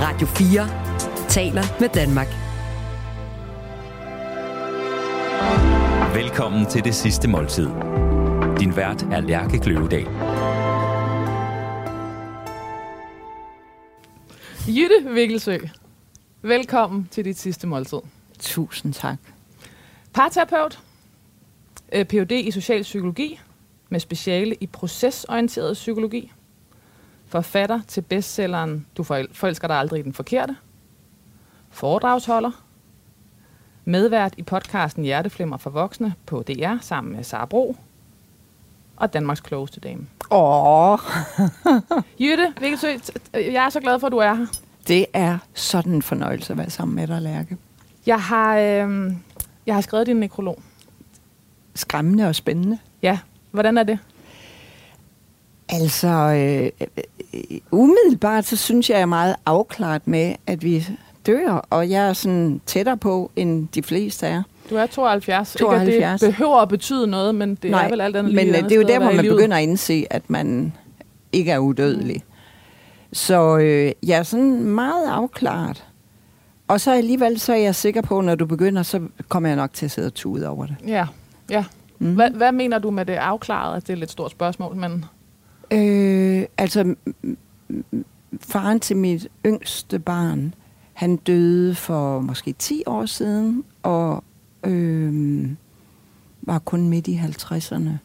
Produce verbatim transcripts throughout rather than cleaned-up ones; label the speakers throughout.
Speaker 1: Radio fire taler med Danmark.
Speaker 2: Velkommen til Det Sidste Måltid. Din vært er Lærke Kløvedal.
Speaker 3: Jytte Vikkelsø, velkommen til Dit Sidste Måltid.
Speaker 4: Tusind tak.
Speaker 3: Parterapeut, P H D i social psykologi, med speciale i procesorienteret psykologi. Forfatter til bestselleren Du forelsker dig aldrig i den forkerte. Foredragsholder. Medvært i podcasten Hjerteflimmer for voksne på D R sammen med Sara Bro. Og Danmarks klogeste dame.
Speaker 4: Åh.
Speaker 3: Jytte Vikkelsø, jeg er så glad for, at du er her.
Speaker 4: Det er sådan en fornøjelse at være sammen med dig, Lærke.
Speaker 3: Jeg har, øh, jeg har skrevet din nekrolog.
Speaker 4: Skræmmende og spændende.
Speaker 3: Ja, hvordan er det?
Speaker 4: Altså, øh, øh, umiddelbart så synes jeg, jeg er meget afklaret med, at vi dør, og jeg er sådan tættere på, end de fleste er.
Speaker 3: Du er tooghalvfjerds.
Speaker 4: tooghalvfjerds.
Speaker 3: Ikke at det behøver at betyde noget, men det
Speaker 4: Nej,
Speaker 3: er vel alt andet
Speaker 4: lige
Speaker 3: lige
Speaker 4: men det er jo der, hvor man begynder at indse, at man ikke er udødelig. Mm. Så øh, jeg er sådan meget afklaret. Og så alligevel så er jeg sikker på, når du begynder, så kommer jeg nok til at sidde og tude over det.
Speaker 3: Ja, ja. Mm. Hvad, hvad mener du med det afklaret? Altså, det er et lidt stort spørgsmål, men...
Speaker 4: Øh, altså, faren til mit yngste barn, han døde for måske ti år siden, og øh, var kun midt i halvtredserne.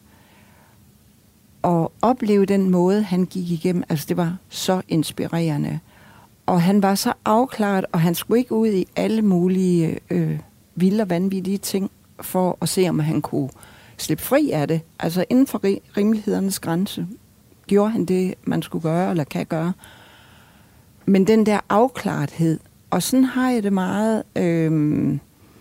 Speaker 4: Og opleve den måde, han gik igennem, altså det var så inspirerende. Og han var så afklaret, og han skulle ikke ud i alle mulige øh, vilde og vanvittige ting, for at se, om han kunne slippe fri af det. Altså inden for rimelighedernes grænse gjorde han det, man skulle gøre, eller kan gøre. Men den der afklarethed, og sådan har jeg det meget... Øh,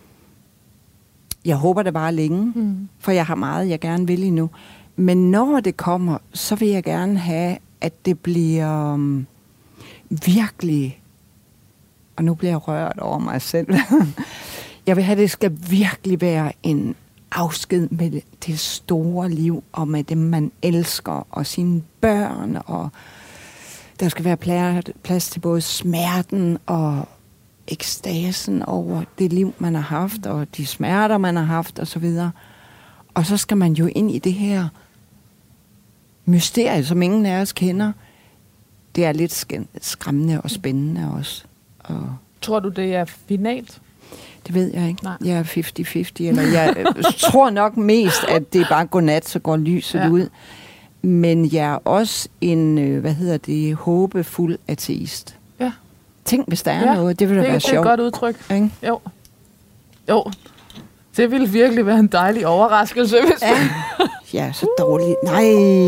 Speaker 4: jeg håber det bare længe, mm. for jeg har meget, jeg gerne vil endnu. Men når det kommer, så vil jeg gerne have, at det bliver um, virkelig... Og nu bliver jeg rørt over mig selv. Jeg vil have, at det skal virkelig være en afsked med det store liv, og med dem, man elsker, og sine børn, og der skal være plads til både smerten og ekstasen over det liv, man har haft, og de smerter, man har haft, og så videre. Og så skal man jo ind i det her mysterie, som ingen af os kender. Det er lidt skræmmende og spændende også. Og
Speaker 3: tror du, det er finalt?
Speaker 4: Det ved jeg ikke.
Speaker 3: Nej.
Speaker 4: Jeg er halvtreds halvtreds, eller jeg tror nok mest, at det er bare godnat, så går lyset ja. ud. Men jeg er også en, hvad hedder det, håbefuld ateist.
Speaker 3: Ja.
Speaker 4: Tænk, hvis der er
Speaker 3: ja.
Speaker 4: noget, det ville da være
Speaker 3: sjovt. Det er
Speaker 4: sjovt.
Speaker 3: et godt udtryk.
Speaker 4: Ikke?
Speaker 3: Jo. Jo. Det ville virkelig være en dejlig overraskelse, hvis
Speaker 4: ja. ja, så dårligt. Nej.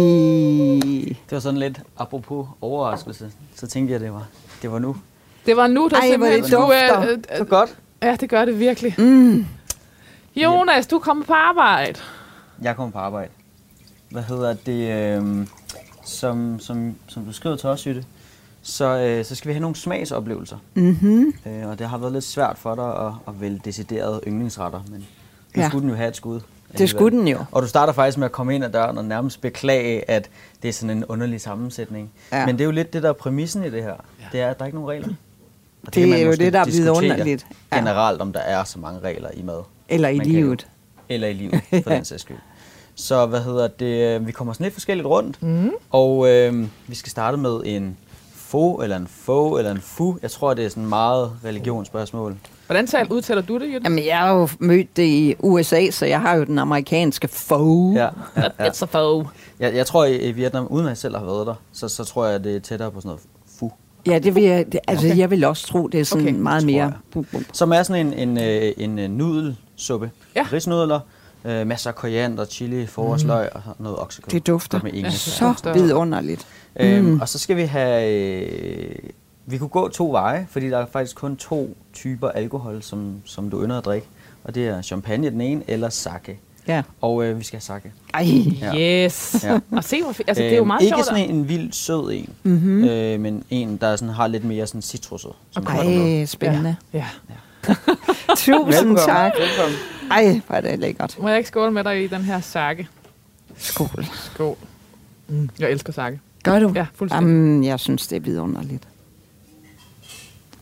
Speaker 5: Det var sådan lidt, apropos overraskelse, så tænkte jeg, det var, det var nu.
Speaker 3: Det var nu, der
Speaker 4: Ej,
Speaker 3: simpelthen
Speaker 4: det
Speaker 3: skulle...
Speaker 5: Øh, øh, så godt.
Speaker 3: Ja, det gør det virkelig.
Speaker 4: Mm.
Speaker 3: Jonas, du kommer på arbejde.
Speaker 5: Jeg kommer på arbejde. Hvad hedder det? Øh, som, som, som du skriver til os, Jytte, så, øh, så skal vi have nogle smagsoplevelser.
Speaker 4: Mm-hmm.
Speaker 5: Øh, og det har været lidt svært for dig at, at vælge deciderede yndlingsretter, men nu
Speaker 4: ja.
Speaker 5: skulle den jo have et skud.
Speaker 4: Det skulle den jo.
Speaker 5: Og du starter faktisk med at komme ind ad døren og nærmest beklage, at det er sådan en underlig sammensætning. Ja. Men det er jo lidt det, der er præmissen i det her. Ja. Det er, at der er ikke nogen regler. Og det,
Speaker 4: det er jo det, der er vidunderligt.
Speaker 5: Ja. Generelt, om der er så mange regler i mad.
Speaker 4: Eller i livet.
Speaker 5: Jo, eller i livet, for den sags skyld. Så hvad hedder det? Vi kommer sådan lidt forskelligt rundt. Mm. Og øh, vi skal starte med en fo, eller en fo, eller en fu. Jeg tror, det er sådan meget religionsspørgsmål.
Speaker 3: Hvordan tal udtaler du det, Jytte?
Speaker 4: Jamen, jeg har jo mødt det i U S A, så jeg har jo den amerikanske fo.
Speaker 5: Ja, ja, ja.
Speaker 3: It's a fo.
Speaker 5: Jeg, jeg tror, i Vietnam, uden at jeg selv har været der, så, så tror jeg, det er tættere på sådan noget fu.
Speaker 4: Ja, det vil jeg, det, altså okay. jeg vil også tro, det er sådan okay. meget mere... Bum, bum.
Speaker 5: Som er sådan en, en, en, en nudelsuppe.
Speaker 3: Ja.
Speaker 5: Risnudler, øh, masser af koriander, chili, forårsløg og noget oksekød.
Speaker 4: Det dufter
Speaker 5: med
Speaker 4: ja, så vidunderligt.
Speaker 5: Øhm, mm. Og så skal vi have... Øh, vi kunne gå to veje, fordi der er faktisk kun to typer alkohol, som, som du ynder at drikke. Og det er champagne den ene, eller sake.
Speaker 4: Ja.
Speaker 5: Og øh, vi skal have sake.
Speaker 4: Ej.
Speaker 3: Ja. Yes. Ja. Og se, hvor f- altså, det er jo meget
Speaker 5: øhm,
Speaker 3: sjovt.
Speaker 5: Ikke sådan en, en vild sød en,
Speaker 4: mm-hmm.
Speaker 5: øh, men en, der sådan har lidt mere sådan citruset.
Speaker 4: Ej, spændende.
Speaker 3: Ja. ja.
Speaker 4: ja. Tusind
Speaker 5: Velkommen.
Speaker 4: tak.
Speaker 5: Velkommen.
Speaker 4: Ej, hvor er det lækkert.
Speaker 3: Må jeg ikke skåle med dig i den her sake?
Speaker 4: Skål.
Speaker 3: Skål. Mm. Jeg elsker sake.
Speaker 4: Gør du?
Speaker 3: Ja, fuldstændig.
Speaker 4: Jamen, jeg synes, det er vidunderligt.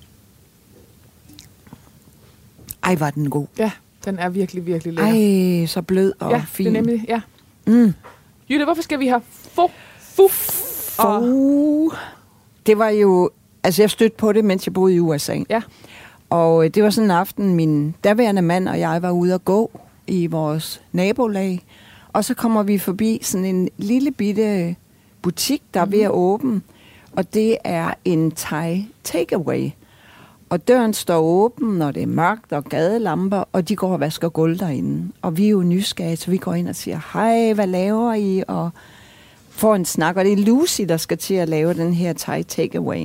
Speaker 4: Ej, var den god.
Speaker 3: Ja, den er virkelig, virkelig lækker.
Speaker 4: Ej, så blød og
Speaker 3: ja,
Speaker 4: fin.
Speaker 3: det er nemlig, ja.
Speaker 4: Mm.
Speaker 3: Jytte, hvorfor skal vi have fo, fu, og...
Speaker 4: Fo. Det var jo... Altså, jeg stødte på det, mens jeg boede i U S A.
Speaker 3: Ja.
Speaker 4: Og øh, det var sådan en aften, min daværende mand og jeg var ude at gå i vores nabolag. Og så kommer vi forbi sådan en lille bitte butik, der er ved at åbne. Og det er en Thai takeaway. Og døren står åben, og det er mørkt og gadelamper, og de går og vasker gulv derinde. Og vi er jo nysgerrige, så vi går ind og siger, hej, hvad laver I? Og får en snak, og det er Lucy, der skal til at lave den her Thai takeaway.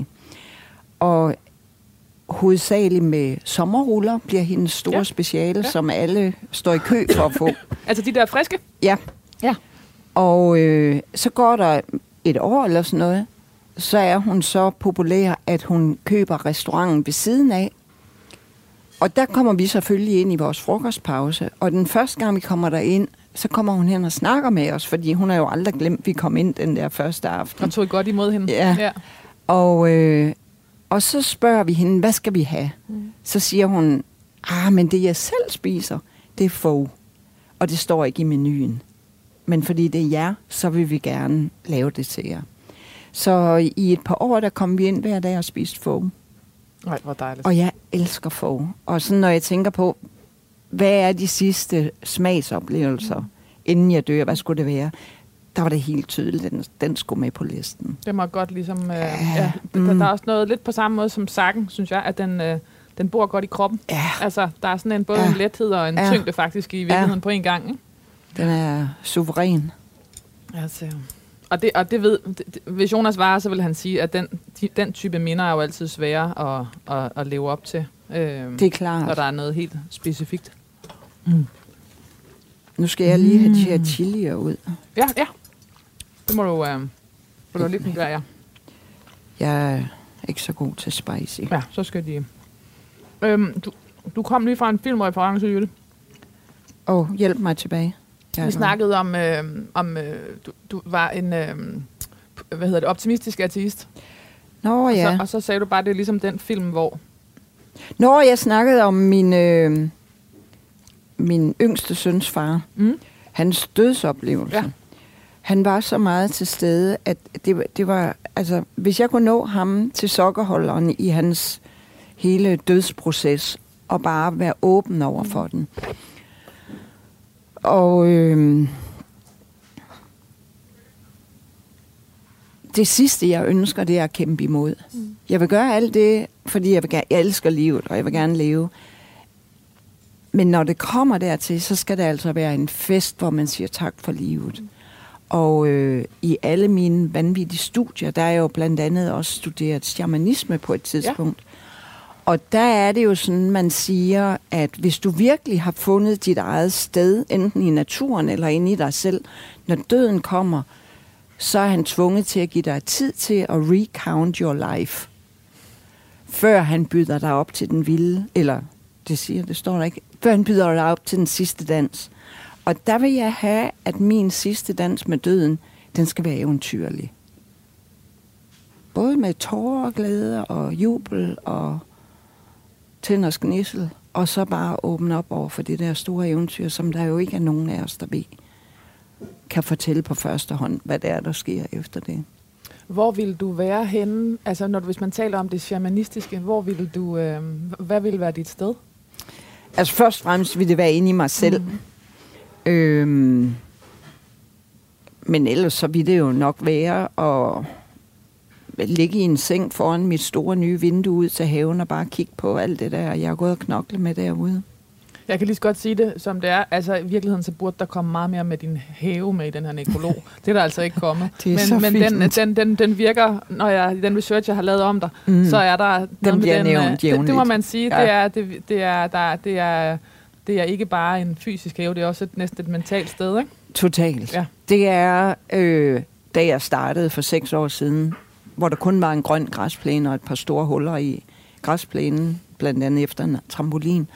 Speaker 4: Og hovedsageligt med sommerruller bliver hendes store ja. speciale, ja. som alle står i kø for at få.
Speaker 3: Altså de der friske?
Speaker 4: Ja.
Speaker 3: Ja.
Speaker 4: Og øh, så går der et år eller sådan noget, så er hun så populær, at hun køber restauranten ved siden af. Og der kommer vi selvfølgelig ind i vores frokostpause. Og den første gang, vi kommer derind, så kommer hun hen og snakker med os, fordi hun har jo aldrig glemt, at vi kom ind den der første aften.
Speaker 3: Og tog godt imod hende.
Speaker 4: Ja.
Speaker 3: ja.
Speaker 4: Og, øh, og så spørger vi hende, hvad skal vi have? Mm. Så siger hun, ah, men det jeg selv spiser, det er pho. Og det står ikke i menuen. Men fordi det er jer, så vil vi gerne lave det til jer. Så i et par år, der kom vi ind hver dag og spiste pho.
Speaker 3: Nej, hvor dejligt.
Speaker 4: Og jeg elsker pho. Og sådan, når jeg tænker på, hvad er de sidste smagsoplevelser, mm. inden jeg dør, hvad skulle det være? Der var det helt tydeligt, den, den skulle med på listen.
Speaker 3: Det må godt ligesom... Øh,
Speaker 4: ja,
Speaker 3: ja,
Speaker 4: mm.
Speaker 3: der, der er også noget lidt på samme måde som sakken, synes jeg, at den, øh, den bor godt i kroppen.
Speaker 4: Ja.
Speaker 3: Altså, der er sådan en, både
Speaker 4: ja.
Speaker 3: en lethed og en
Speaker 4: ja.
Speaker 3: tyngde faktisk i virkeligheden ja. på en gang. Ikke?
Speaker 4: Den er suveræn.
Speaker 3: Altså, og det, og det ved... Det, hvis Jonas var, så vil han sige, at den, de, den type minder er jo altid svære at, at, at leve op til. Øh,
Speaker 4: det er klart.
Speaker 3: Når der er noget helt specifikt.
Speaker 4: Mm. Nu skal jeg lige have de her chilier ud.
Speaker 3: Ja, ja. Det må du, øh, må du lige gøre, ja.
Speaker 4: Jeg er ikke så god til spicy.
Speaker 3: Ja, så skal de... Øhm, du, du kom lige fra en filmreference, Jytte.
Speaker 4: Åh, oh, hjælp mig tilbage.
Speaker 3: Jeg Vi snakkede om, øh, om øh, du, du var en øh, hvad hedder det, optimistisk ateist.
Speaker 4: Nå ja.
Speaker 3: Og så, og så sagde du bare, det er ligesom den film, hvor...
Speaker 4: Nå, jeg snakkede om min, øh, min yngste søns far. Mm. Hans dødsoplevelse. Ja. Han var så meget til stede, at det, det var... Altså, hvis jeg kunne nå ham til sokkerholderen i hans hele dødsproces, og bare være åben over for mm. den. Og øh, det sidste, jeg ønsker, det er at kæmpe imod. Mm. Jeg vil gøre alt det, fordi jeg, vil gerne, jeg elsker livet, og jeg vil gerne leve. Men når det kommer dertil, så skal det altså være en fest, hvor man siger tak for livet. Mm. Og øh, i alle mine vanvittige studier, der er jeg jo blandt andet også studeret shamanisme på et tidspunkt. Ja. Og der er det jo sådan, man siger, at hvis du virkelig har fundet dit eget sted, enten i naturen eller inde i dig selv, når døden kommer, så er han tvunget til at give dig tid til at recount your life, før han byder dig op til den vilde, eller det siger, det står der ikke, før han byder dig op til den sidste dans. Og der vil jeg have, at min sidste dans med døden, den skal være eventyrlig. Både med tårer, glæde og jubel og tænd og gnissel, og så bare åbne op over for det der store eventyr, som der jo ikke er nogen af os, der ved, kan fortælle på første hånd, hvad det er, der sker efter det.
Speaker 3: Hvor vil du være henne? Altså, når du, hvis man taler om det shamanistiske, hvor vil du, øh, hvad vil være dit sted?
Speaker 4: Altså, først og fremmest vil det være inde i mig selv. Mm. Øhm, men ellers så vil det jo nok være at ligge i en seng foran mit store nye vindue ud til haven og bare kigge på alt det der, jeg har gået og knoklet med derude. Jeg
Speaker 3: kan lige så godt sige det, som det er. Altså, i virkeligheden så burde der komme meget mere med din have med i den her nekrolog. Det er der altså ikke kommet.
Speaker 4: Det er
Speaker 3: men
Speaker 4: så
Speaker 3: men den, den, den, den virker, når jeg, den research, jeg har lavet om dig, mm. så er der
Speaker 4: den
Speaker 3: noget
Speaker 4: bliver
Speaker 3: med den...
Speaker 4: Nævnt,
Speaker 3: det, det må man sige. Ja. Det, er, det, det, er, der, det, er, det er ikke bare en fysisk have, det er også et, næsten et mentalt sted, ikke?
Speaker 4: Totalt.
Speaker 3: Ja.
Speaker 4: Det er, øh, da jeg startede for seks år siden, hvor der kun var en grøn græsplæne og et par store huller i græsplænen, blandt andet efter en trampolin.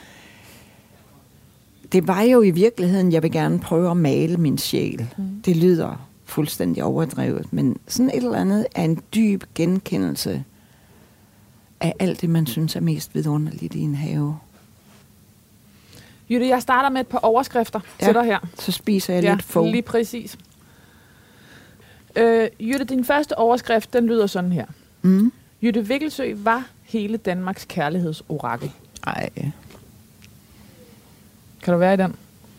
Speaker 4: Det var jo i virkeligheden, jeg vil gerne prøve at male min sjæl. Mm. Det lyder fuldstændig overdrevet, men sådan et eller andet er en dyb genkendelse af alt det, man synes er mest vidunderligt i en have.
Speaker 3: Jytte, jeg starter med et par overskrifter
Speaker 4: Ja,
Speaker 3: til dig her.
Speaker 4: Så spiser jeg
Speaker 3: Ja,
Speaker 4: lidt få.
Speaker 3: lige præcis. Øh, Jytte, din første overskrift, den lyder sådan her.
Speaker 4: Mm.
Speaker 3: Jytte Vikkelsøe var hele Danmarks kærlighedsorakel.
Speaker 4: Ej.
Speaker 3: Kan du være i den?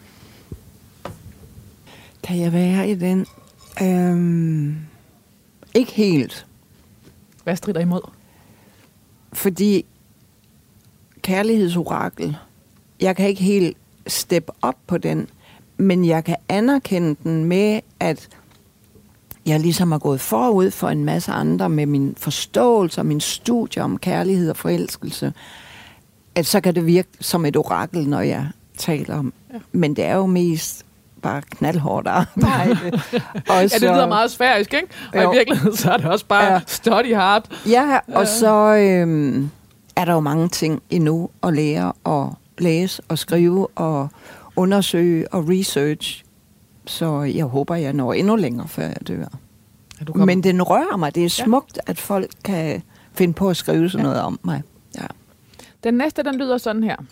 Speaker 4: Kan jeg være i den? Øhm, ikke helt.
Speaker 3: Hvad strider imod?
Speaker 4: Fordi kærlighedsorakel, jeg kan ikke helt steppe op på den, men jeg kan anerkende den med, at jeg ligesom har gået forud for en masse andre med min forståelse og min studie om kærlighed og forelskelse, at så kan det virke som et orakel, når jeg taler om. Ja. Men det er jo mest bare knaldhårdt arbejde.
Speaker 3: Ja, det lyder meget sfærisk, ikke? Og jo. I virkeligheden så er det også bare ja. study hard.
Speaker 4: Ja, og så øhm, er der jo mange ting endnu at lære og læse og skrive og undersøge og research. Så jeg håber, jeg når endnu længere, før jeg dør. Ja, men den rører mig. Det er smukt, ja. At folk kan finde på at skrive sådan ja. Noget om mig. Ja.
Speaker 3: Den næste, den lyder sådan her.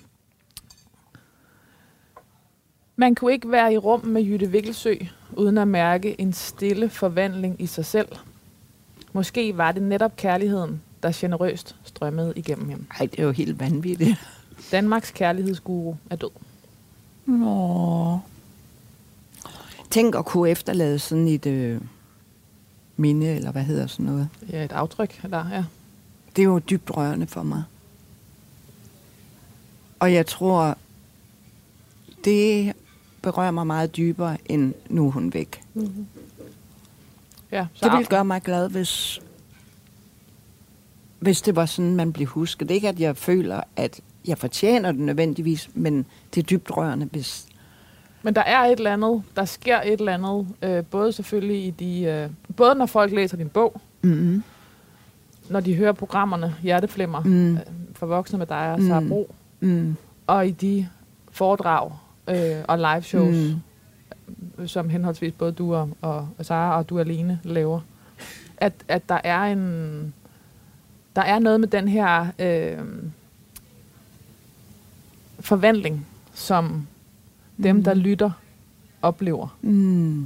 Speaker 3: Man kunne ikke være i rum med Jytte Vikkelsøe, uden at mærke en stille forvandling i sig selv. Måske var det netop kærligheden, der generøst strømmede igennem ham.
Speaker 4: Ej, det er jo helt vanvittigt.
Speaker 3: Danmarks kærlighedsguru er død.
Speaker 4: Nå. Tænk at kunne efterlade sådan et øh, minde, eller hvad hedder sådan noget.
Speaker 3: Ja, et aftryk. Eller, ja.
Speaker 4: Det er jo dybt rørende for mig. Og jeg tror, det berører mig meget dybere, end nu er hun væk.
Speaker 3: Mm-hmm. Ja, så
Speaker 4: det ville gøre mig glad, hvis, hvis det var sådan, man blev husket. Det er ikke, at jeg føler, at jeg fortjener det nødvendigvis, men det er dybt rørende, hvis...
Speaker 3: Men der er et eller andet, der sker et eller andet, øh, både selvfølgelig i de... Øh, både når folk læser din bog,
Speaker 4: mm-hmm.
Speaker 3: når de hører programmerne Hjerteflimmer mm. øh, for voksne med dig og Sara Bro,
Speaker 4: mm.
Speaker 3: og i de foredrag øh, og live shows, mm. som henholdsvis både du og, og Sara og du alene laver, at, at der er en... Der er noget med den her øh, forvandling, som dem, mm. der lytter, oplever.
Speaker 4: Mm.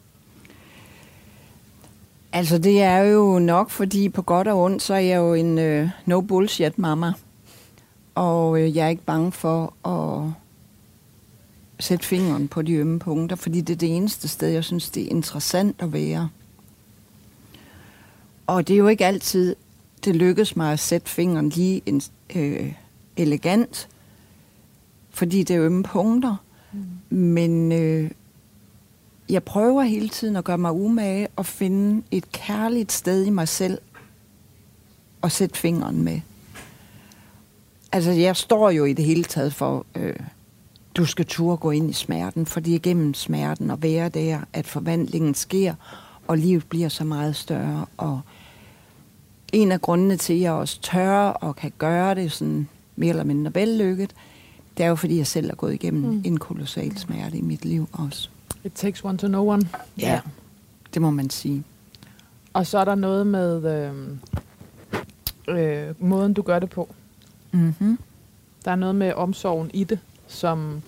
Speaker 4: Altså, det er jo nok, fordi på godt og ondt, så er jeg jo en øh, no bullshit mamma. Og øh, jeg er ikke bange for at sætte fingeren på de ømme punkter, fordi det er det eneste sted, jeg synes, det er interessant at være. Og det er jo ikke altid, det lykkes mig at sætte fingeren lige en, øh, elegant, fordi det er ømme punkter. Mm. Men øh, jeg prøver hele tiden at gøre mig umage og finde et kærligt sted i mig selv og sætte fingeren med. Altså, jeg står jo i det hele taget for, øh, du skal turde gå ind i smerten, fordi igennem smerten og være der, at forvandlingen sker, og livet bliver så meget større. Og en af grundene til, at jeg også tør og kan gøre det sådan mere eller mindre vellykket, det er jo, fordi jeg selv har gået igennem mm. en kolossal smerte i mit liv også.
Speaker 3: It takes one to know one.
Speaker 4: Ja, yeah. Det må man sige.
Speaker 3: Og så er der noget med øh, øh, måden, du gør det på.
Speaker 4: Mm-hmm.
Speaker 3: Der er noget med omsorgen i det, som...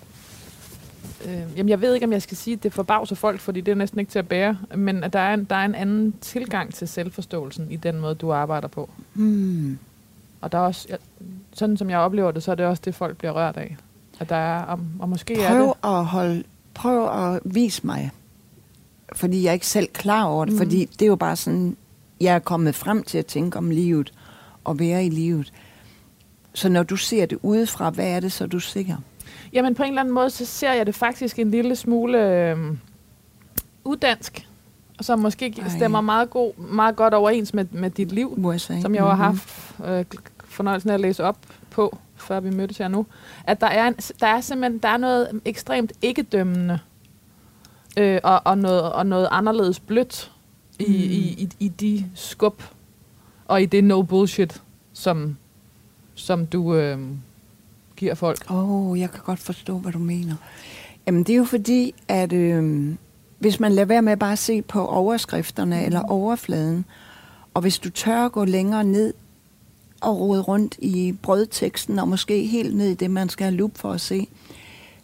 Speaker 3: Øh, jamen, jeg ved ikke, om jeg skal sige, at det forbavser folk, fordi det er næsten ikke til at bære, men at der er en, der er en anden tilgang til selvforståelsen i den måde, du arbejder på.
Speaker 4: Mm.
Speaker 3: Og der er også, sådan som jeg oplever det, så er det også det, folk bliver rørt af. At der er, og, og måske
Speaker 4: prøv
Speaker 3: er det...
Speaker 4: At holde, prøv at vise mig, fordi jeg er ikke selv klar over det, mm. fordi det er jo bare sådan, jeg er kommet frem til at tænke om livet, og være i livet. Så når du ser det udefra, hvad er det så, du ser?
Speaker 3: Jamen på en eller anden måde, så ser jeg det faktisk en lille smule øh, uddansk, som måske Ej. stemmer meget, god, meget godt overens med, med dit liv,
Speaker 4: U S A.
Speaker 3: som jeg jo har haft øh, fornøjelsen af at læse op på, før vi mødtes her nu. At der er, en, der er simpelthen der er noget ekstremt ikke-dømmende øh, og, og, noget, og noget anderledes blødt i, mm. i, i, i de skub og i det no bullshit, som, som du øh, giver folk.
Speaker 4: Åh, oh, jeg kan godt forstå, hvad du mener. Jamen, det er jo fordi, at øh, hvis man lader være med bare at se på overskrifterne mm. eller overfladen, og hvis du tør at gå længere ned og rode rundt i brødteksten, og måske helt ned i det, man skal have lup for at se,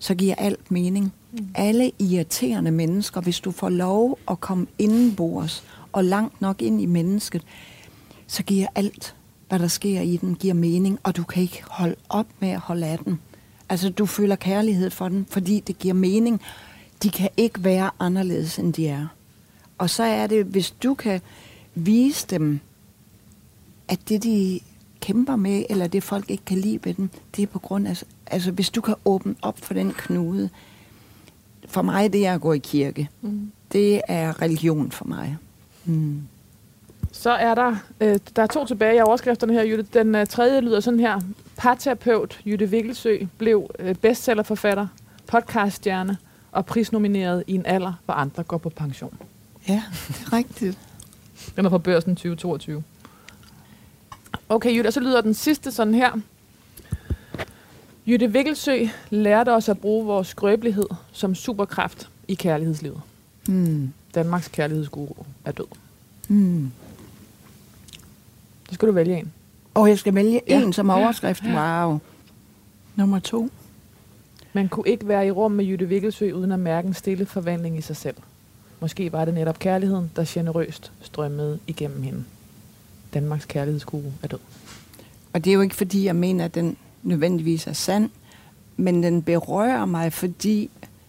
Speaker 4: så giver alt mening. Mm. Alle irriterende mennesker, hvis du får lov at komme indenbords og langt nok ind i mennesket, så giver alt, hvad der sker i den, giver mening, og du kan ikke holde op med at holde af den. Altså, du føler kærlighed for den, fordi det giver mening. De kan ikke være anderledes, end de er. Og så er det, hvis du kan vise dem, at det, de kæmper med, eller det, folk ikke kan lide ved dem, det er på grund af... Altså, hvis du kan åbne op for den knude. For mig, det er at gå i kirke. Mm. Det er religion for mig. Mm.
Speaker 3: Så er der... Øh, der er to tilbage i overskrifterne her, Jytte. Den øh, tredje lyder sådan her. Parterapeut Jytte Vikkelsøe blev øh, bestsellerforfatter, podcaststjerne og prisnomineret i en alder, hvor andre går på pension.
Speaker 4: Ja, det er rigtigt.
Speaker 3: Den er fra Børsen tyve toogtyve. Okay, Jytte, og så lyder den sidste sådan her. Jytte Vikkelsøe lærte os at bruge vores skrøbelighed som superkraft i kærlighedslivet. Mm. Danmarks kærlighedsguru er død. Mm. Så skal du vælge en.
Speaker 4: Og jeg skal vælge ja. en som overskrift. Wow. Nummer to.
Speaker 3: Man kunne ikke være i rum med Jytte Vikkelsøe uden at mærke en stille forvandling i sig selv. Måske var det netop kærligheden, der generøst strømmede igennem hende. Danmarks kærlighedsguru er død.
Speaker 4: Og det er jo ikke, fordi jeg mener, at den nødvendigvis er sand, men den berører mig, fordi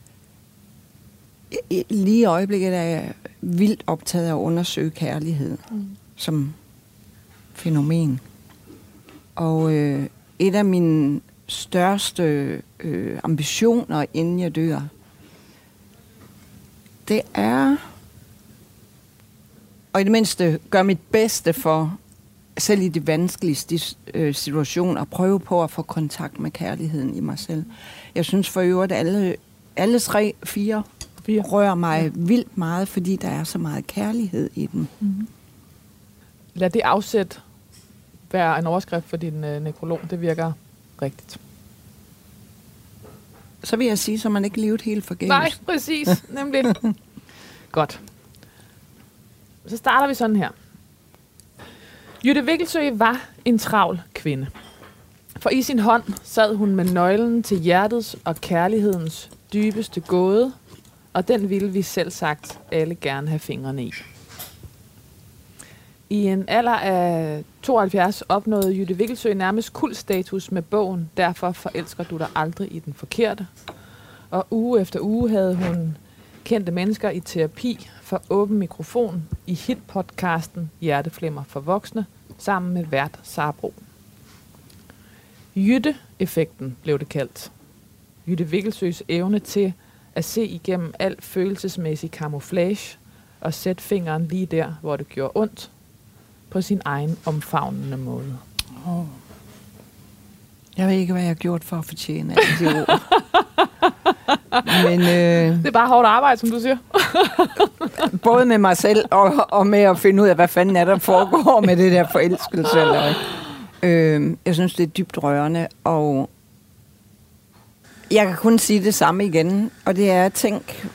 Speaker 4: lige i øjeblikket er jeg vildt optaget af at undersøge kærlighed mm. som fænomen. Og øh, et af mine største øh, ambitioner, inden jeg dør, det er, og i det mindste gør mit bedste for, selv i de vanskeligste øh, situationer, at prøve på at få kontakt med kærligheden i mig selv. Jeg synes for øvrigt, at alle, alle tre, fire, fire rører mig ja. vildt meget, fordi der er så meget kærlighed i dem. Mm-hmm.
Speaker 3: Lad det afsæt være en overskrift for din øh, nekrolog. Det virker rigtigt.
Speaker 4: Så vil jeg sige, så man ikke levet helt forgæves.
Speaker 3: Nej, præcis. Nemlig. Godt. Så starter vi sådan her. Jytte Vikkelsøe var en travl kvinde. For i sin hånd sad hun med nøglen til hjertets og kærlighedens dybeste gåde, og den ville vi selv sagt alle gerne have fingrene i. I en alder af tooghalvfjerds opnåede Jytte Vikkelsøe nærmest kultstatus med bogen Derfor forelsker du dig aldrig i den forkerte. Og uge efter uge havde hun kendte mennesker i terapi for åben mikrofon i hitpodcasten Hjerteflimmer for voksne, sammen med vært Sara Bro. Jytte-effekten blev det kaldt. Jytte Vikkelsøes evne til at se igennem al følelsesmæssig camouflage og sætte fingeren lige der, hvor det gjorde ondt, på sin egen omfavnende måde.
Speaker 4: Oh. Jeg ved ikke, hvad jeg har gjort for at fortjene alle de ord. Men, øh,
Speaker 3: det er bare hårdt arbejde, som du siger.
Speaker 4: både med mig selv og, og med at finde ud af, hvad fanden er der foregår med det der forelskelse. Eller, øh, jeg synes, det er dybt rørende, og jeg kan kun sige det samme igen, og det er at tænke,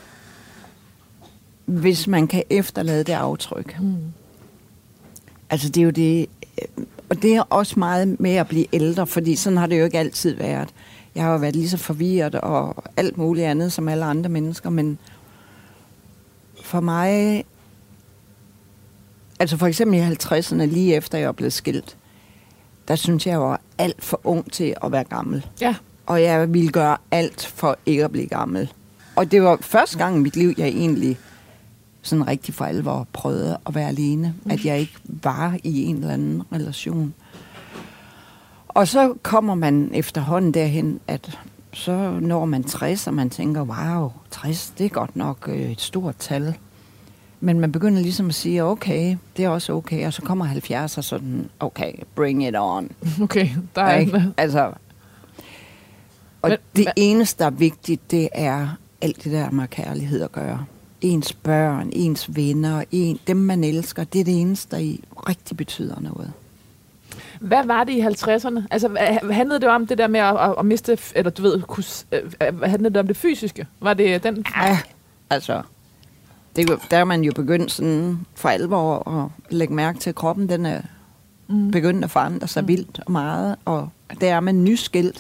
Speaker 4: hvis man kan efterlade det aftryk. Mm. Altså, det er jo det, og det er også meget med at blive ældre, fordi sådan har det jo ikke altid været. Jeg har jo været lige så forvirret og alt muligt andet som alle andre mennesker, men for mig, altså for eksempel i halvtredserne, lige efter jeg er blevet skilt, der synes jeg, jeg var alt for ung til at være gammel. Ja. Og jeg ville gøre alt for ikke at blive gammel. Og det var første gang i mit liv, jeg egentlig sådan rigtig for alvor prøvede at være alene. Mm. At jeg ikke var i en eller anden relation. Og så kommer man efterhånden derhen, at så når man tres, og man tænker, wow, tres, det er godt nok øh, et stort tal. Men man begynder ligesom at sige, okay, det er også okay. Og så kommer halvfjerds og sådan, okay, bring it on.
Speaker 3: Okay, der er ikke.
Speaker 4: Altså, og men, det men, eneste, der er vigtigt, det er alt det der med kærlighed at gøre. Ens børn, ens venner, en, dem man elsker, det er det eneste, der i rigtig betyder noget.
Speaker 3: Hvad var det i halvtredserne? Altså, handlede det om det der med at, at, at miste, eller du ved, kus, handlede det om det fysiske? Var det den?
Speaker 4: Ja, altså, det, der er man jo begyndt sådan for alvor at lægge mærke til, at kroppen den er mm. begyndt at forandre sig mm. vildt og meget, og der er man nyskilt,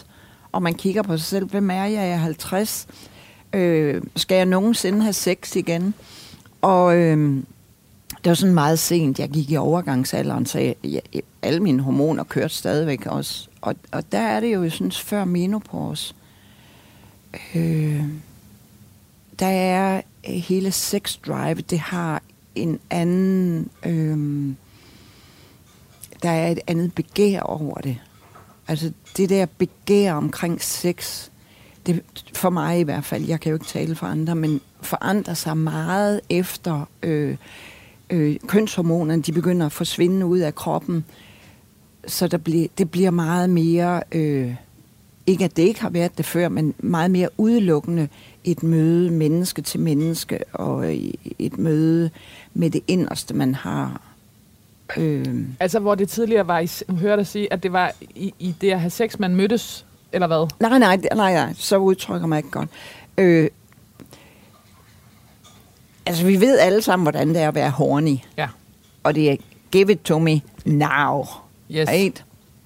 Speaker 4: og man kigger på sig selv, hvem er jeg? Jeg er halvtreds. Øh, skal jeg nogensinde have sex igen? Og øh, det var sådan meget sent. Jeg gik i overgangsalderen, så jeg, jeg, alle mine hormoner kørte stadigvæk også. Og, og der er det jo, jeg synes, før menopause. Øh, der er hele sex drive, det har en anden... Øh, der er et andet begær over det. Altså det der begær omkring sex, det, for mig i hvert fald, jeg kan jo ikke tale for andre, men forandrer sig meget efter øh, øh, kønshormonerne, de begynder at forsvinde ud af kroppen. Så der bliver, det bliver meget mere, øh, ikke at det ikke har været det før, men meget mere udelukkende et møde menneske til menneske, og et møde med det inderste, man har. Øh.
Speaker 3: Altså, hvor det tidligere var, I hørte dig sige, at det var i, i det at have sex, man mødtes, eller hvad?
Speaker 4: Nej, nej, nej, nej, så udtrykker man ikke godt. Øh. Altså, vi ved alle sammen, hvordan det er at være horny.
Speaker 3: Ja.
Speaker 4: Og det er, give it to me now.
Speaker 3: Yes.
Speaker 4: Right?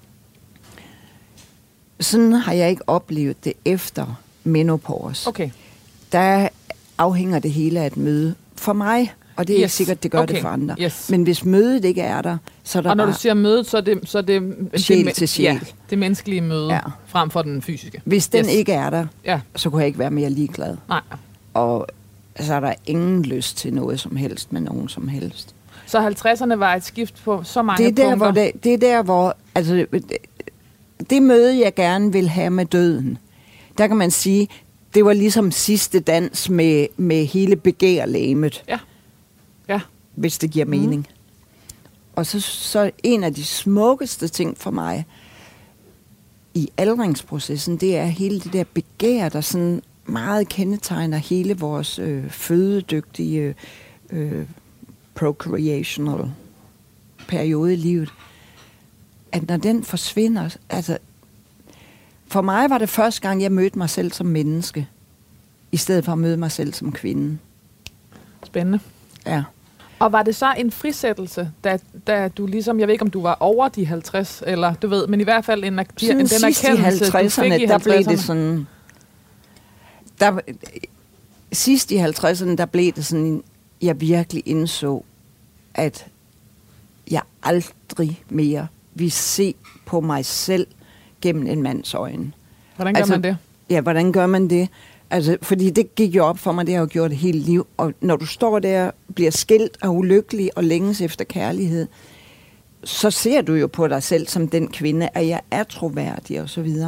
Speaker 4: Sådan har jeg ikke oplevet det efter menopause.
Speaker 3: Okay.
Speaker 4: Der afhænger det hele af et møde. For mig, og det er yes. ikke sikkert, det gør okay. det for andre.
Speaker 3: Yes.
Speaker 4: Men hvis mødet ikke er der, så er der
Speaker 3: og når
Speaker 4: bare
Speaker 3: du siger mødet, så er det, så er det,
Speaker 4: sjæl
Speaker 3: det,
Speaker 4: til sjæl.
Speaker 3: Ja, det menneskelige møde,
Speaker 4: ja.
Speaker 3: frem for den fysiske.
Speaker 4: Hvis den
Speaker 3: yes.
Speaker 4: ikke er der,
Speaker 3: ja.
Speaker 4: så kunne jeg ikke være mere ligeglad.
Speaker 3: Nej.
Speaker 4: Og så er der ingen lyst til noget som helst med nogen som helst.
Speaker 3: Så halvtredserne var et skift på så mange
Speaker 4: det er der,
Speaker 3: punkter?
Speaker 4: Hvor det, det er der, hvor... Altså, det, det møde, jeg gerne vil have med døden, der kan man sige, det var ligesom sidste dans med, med hele begærlægemet.
Speaker 3: Ja. Ja.
Speaker 4: Hvis det giver mening. Mm. Og så, så en af de smukkeste ting for mig i aldringsprocessen, det er hele det der begær, der sådan meget kendetegner hele vores øh, fødedygtige øh, procreational periode i livet. At når den forsvinder, altså for mig var det første gang, jeg mødte mig selv som menneske, i stedet for at møde mig selv som kvinde.
Speaker 3: Spændende.
Speaker 4: Ja.
Speaker 3: Og var det så en frisættelse, da, da du ligesom, jeg ved ikke, om du var over de halvtreds, eller du ved, men i hvert fald en, en den erkendelse,
Speaker 4: i halvtredserne,
Speaker 3: i
Speaker 4: der blev det sådan... Der, sidst i halvtredserne, der blev det sådan, jeg virkelig indså, at jeg aldrig mere vil se på mig selv gennem en mands øjne.
Speaker 3: Hvordan gør altså, man det?
Speaker 4: Ja, hvordan gør man det? Altså, fordi det gik jo op for mig, det har jo gjort det hele liv. Og når du står der, bliver skilt og ulykkelig og længes efter kærlighed, så ser du jo på dig selv som den kvinde, at jeg er troværdig og så videre.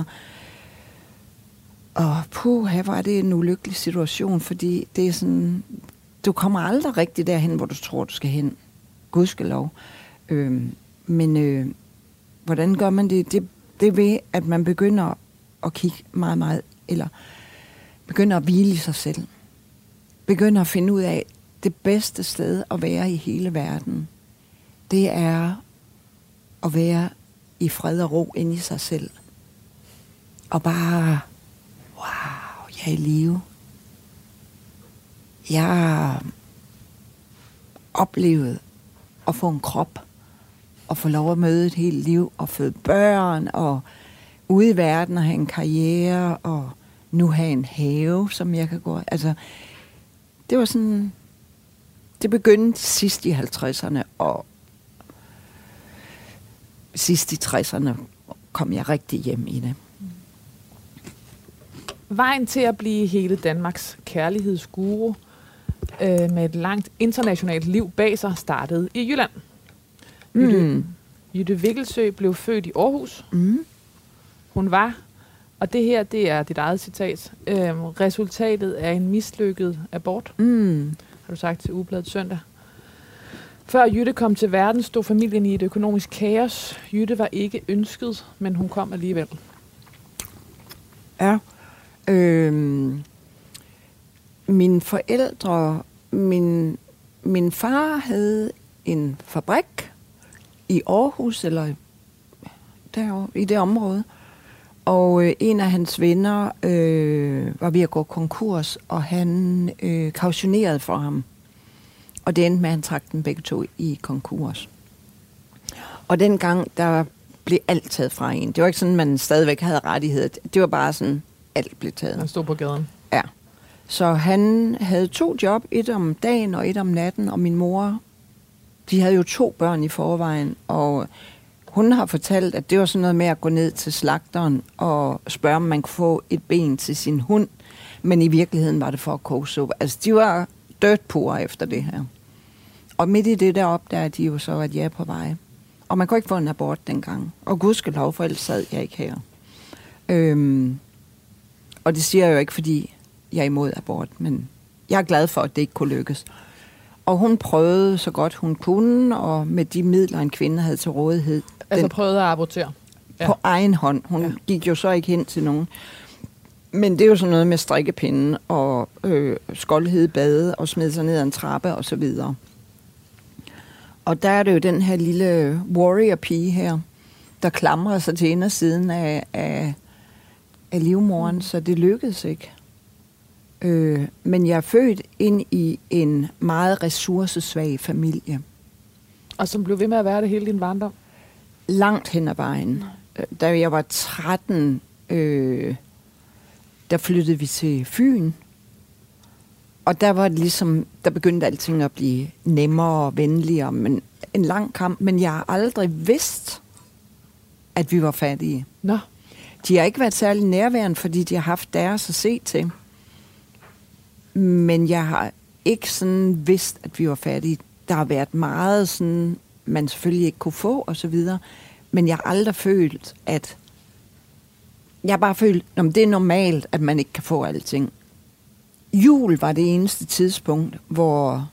Speaker 4: Og puh, her var det en ulykkelig situation, fordi det er sådan, du kommer aldrig rigtig derhen, hvor du tror, du skal hen. Gudskelov. Øh, men øh, hvordan gør man det? det? Det er ved, at man begynder at kigge meget, meget, eller begynder at hvile i sig selv. Begynder at finde ud af, det bedste sted at være i hele verden, det er at være i fred og ro inde i sig selv. Og bare, wow, jeg er i live. Jeg har oplevet at få en krop, og få lov at møde et helt liv, og føde børn, og ude i verden og have en karriere, og nu have en have, som jeg kan gå... Altså, det var sådan... Det begyndte sidst i halvtredserne, og sidst i tresserne kom jeg rigtig hjem i det.
Speaker 3: Vejen til at blive hele Danmarks kærlighedsguru øh, med et langt internationalt liv bag sig startede i Jylland. Jytte, mm. Jytte Vikkelsøe blev født i Aarhus.
Speaker 4: Mm.
Speaker 3: Hun var, og det her, det er dit eget citat, øh, resultatet af en mislykket abort,
Speaker 4: mm.
Speaker 3: har du sagt til Ugebladet Søndag. Før Jytte kom til verden, stod familien i et økonomisk kaos. Jytte var ikke ønsket, men hun kom alligevel.
Speaker 4: Ja. Øhm, mine forældre, min, min far havde en fabrik i Aarhus, eller der i det område, og øh, en af hans venner øh, var ved at gå konkurs, og han øh, kautionerede for ham. Og det endte med, at han trak dem begge to i konkurs. Og dengang, der blev alt taget fra en. Det var ikke sådan, man stadigvæk havde rettigheder. Det var bare sådan, alt blev taget.
Speaker 3: Han stod på gaden.
Speaker 4: Ja. Så han havde to job, et om dagen og et om natten, og min mor, de havde jo to børn i forvejen, og hun har fortalt, at det var sådan noget med at gå ned til slagteren og spørge, om man kunne få et ben til sin hund, men i virkeligheden var det for at koge suppe. Altså, de var dødpure efter det her. Og midt i det der opdager de jo så, at jeg er på vej. Og man kunne ikke få en abort dengang. Og gudskelov, for ellers sad jeg ikke her. Øhm, og det siger jeg jo ikke, fordi jeg er imod abort, men jeg er glad for, at det ikke kunne lykkes. Og hun prøvede så godt hun kunne, og med de midler, en kvinde havde til rådighed.
Speaker 3: Altså
Speaker 4: den,
Speaker 3: prøvede at abortere?
Speaker 4: Ja. På egen hånd. Hun ja. gik jo så ikke hen til nogen. Men det er jo sådan noget med strikkepinden og øh, skoldhed bade og smide sig ned ad en trappe og så videre. Og der er det jo den her lille warrior-pige her, der klamrer sig til indersiden af, af, af livmoren, så det lykkedes ikke. Øh, men jeg er født ind i en meget ressourcesvag familie.
Speaker 3: Og som blev ved med at være det hele din barndom?
Speaker 4: Langt hen ad vejen. Da jeg var tretten, øh, der flyttede vi til Fyn. Og der var det ligesom, der begyndte alting at blive nemmere og venligere, men en lang kamp. Men jeg har aldrig vidst, at vi var fattige.
Speaker 3: Nå.
Speaker 4: De har ikke været særlig nærværende, fordi de har haft deres at se til. Men jeg har ikke sådan vidst, at vi var fattige. Der har været meget sådan, man selvfølgelig ikke kunne få, og så videre. Men jeg har aldrig følt, at... Jeg har bare følt, at det er normalt, at man ikke kan få alting. Jul var det eneste tidspunkt, hvor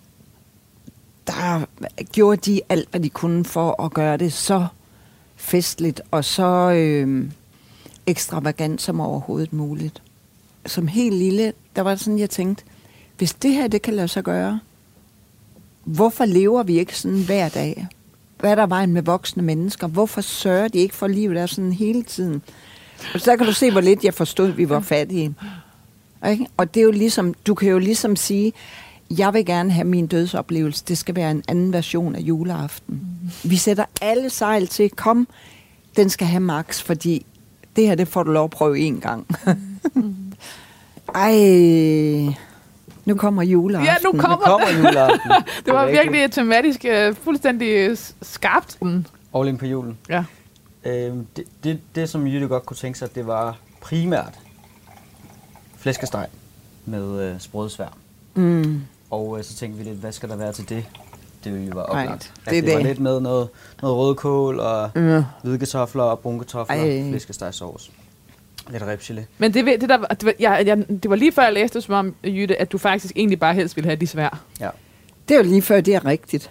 Speaker 4: der gjorde de alt, hvad de kunne for at gøre det så festligt og så øh, ekstravagant som overhovedet muligt. Som helt lille, der var sådan, jeg tænkte, hvis det her, det kan lade sig gøre, hvorfor lever vi ikke sådan hver dag? Hvad er der vejen med voksne mennesker? Hvorfor sørger de ikke for livet der sådan hele tiden? Og så kan du se, hvor lidt jeg forstod, at vi var fattige. Ikke? Og det er jo ligesom, du kan jo ligesom sige, jeg vil gerne have min dødsoplevelse. Det skal være en anden version af juleaften. Mm. Vi sætter alle sejl til, kom, den skal have max, fordi det her, det får du lov at prøve en gang. Mm. Ej, nu kommer juleaften.
Speaker 3: Ja, nu kommer,
Speaker 5: nu kommer juleaften.
Speaker 3: Det var virkelig tematisk, uh, fuldstændig skarpt. Mm.
Speaker 5: All in på julen.
Speaker 3: Ja.
Speaker 5: Øhm, det, det, det, som Jytte godt kunne tænke sig, det var primært flæskesteg med øh, sprødsvær.
Speaker 4: Mm.
Speaker 5: Og øh, så tænkte vi lidt, hvad skal der være til det? Det ville jo være oplagt.
Speaker 4: Right.
Speaker 5: Det,
Speaker 4: det,
Speaker 5: det var
Speaker 4: det.
Speaker 5: lidt med noget, noget rødkål og mm. hvide kartofler og brune kartofler og flæskestegsovs. Lidt ribsgelé.
Speaker 3: Men det, det, der, det, var, jeg, jeg, det var lige før jeg læste som om, Jytte, at du faktisk egentlig bare helst ville have de svær.
Speaker 5: Ja.
Speaker 4: Det er jo lige før, det er rigtigt.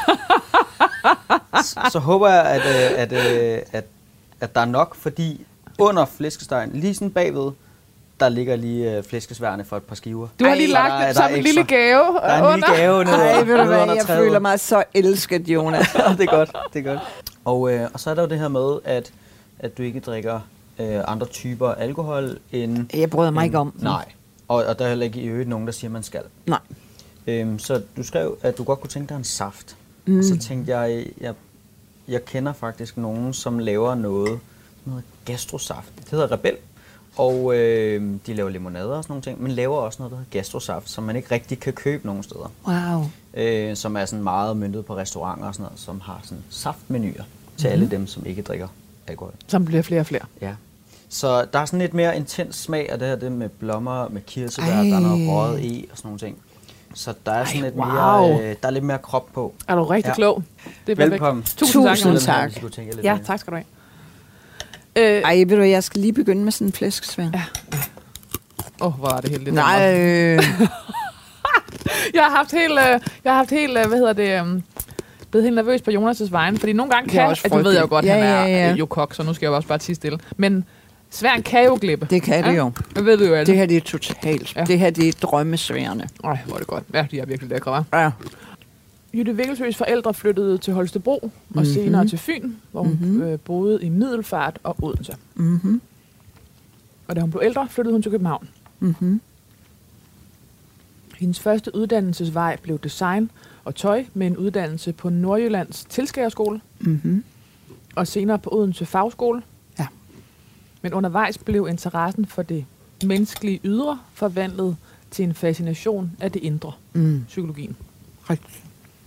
Speaker 5: så, så håber jeg, at, at, at, at, at der er nok, fordi under flæskestegen, lige sådan bagved, der ligger lige uh, flæskesværne for et par skiver.
Speaker 3: Du har lige lagt
Speaker 5: der,
Speaker 3: det som en lille gave
Speaker 5: Der er en lille gave nede
Speaker 4: Ej, ved du hvad, jeg
Speaker 5: træet.
Speaker 4: føler mig så elsket, Jonas.
Speaker 5: Det er godt, det er godt. Og, øh, og så er der jo det her med, at, at du ikke drikker øh, andre typer alkohol end...
Speaker 4: Jeg bryder mig
Speaker 5: end,
Speaker 4: ikke om.
Speaker 5: Nej, og, og der er heller ikke i øvrigt nogen, der siger, at man skal.
Speaker 4: Nej.
Speaker 5: Øhm, så du skrev, at du godt kunne tænke dig en saft. Mm. Og så tænkte jeg, jeg, jeg kender faktisk nogen, som laver noget, som hedder gastrosaft. Det hedder Rebel. Og øh, de laver limonader og sådan nogle ting, men laver også noget, der hedder gastrosaft, som man ikke rigtig kan købe nogen steder.
Speaker 4: Wow.
Speaker 5: Øh, som er sådan meget myndet på restauranter og sådan noget, som har sådan saftmenuer til mm-hmm. alle dem, som ikke drikker alkohol.
Speaker 3: Som bliver flere og flere.
Speaker 5: Ja. Så der er sådan lidt mere intens smag af det her, det med blommer, med kirsebær, der er noget røget i og sådan nogle ting. Så der er sådan Ej, lidt wow. mere, øh, der er lidt mere krop på.
Speaker 3: Er du rigtig ja. klog? Det er
Speaker 5: velkommen.
Speaker 3: Tusind,
Speaker 4: Tusind tak.
Speaker 3: tak. Ja, tak skal du have. Øh,
Speaker 4: Ej, ved du, jeg skal lige begynde med sådan en flæskesvær.
Speaker 3: Ja. Åh, oh, hvor er det heldigt.
Speaker 4: Nej.
Speaker 3: jeg har haft helt, øh, jeg har haft helt, øh, hvad hedder det, um, blevet helt nervøs på Jonas' vegne, fordi nogle gange kan, at du ved jeg jo godt, ja, han er ja, ja. jo kok, så nu skal jeg jo også bare tige stille. Men sværen kan jo glippe.
Speaker 4: Det kan det
Speaker 3: ja?
Speaker 4: jo.
Speaker 3: Det ved du jo alle.
Speaker 4: Det her, det er totalt. Ja. Det her, det er drømmesværene.
Speaker 3: Ej, hvor er det godt. Ja, de er virkelig lækre, hva'?
Speaker 4: Ja.
Speaker 3: Jytte Vikkelsøes forældre flyttede til Holstebro og mm-hmm. senere til Fyn, hvor hun mm-hmm. øh, boede i Middelfart og Odense.
Speaker 4: Mm-hmm.
Speaker 3: Og da hun blev ældre, flyttede hun til København.
Speaker 4: Mm-hmm.
Speaker 3: Hendes første uddannelsesvej blev design og tøj med en uddannelse på Nordjyllands Tilskærerskole.
Speaker 4: Mm-hmm.
Speaker 3: og senere på Odense Fagskole.
Speaker 4: Ja.
Speaker 3: Men undervejs blev interessen for det menneskelige ydre forvandlet til en fascination af det indre,
Speaker 4: Mm.
Speaker 3: psykologien.
Speaker 4: Rigtigt.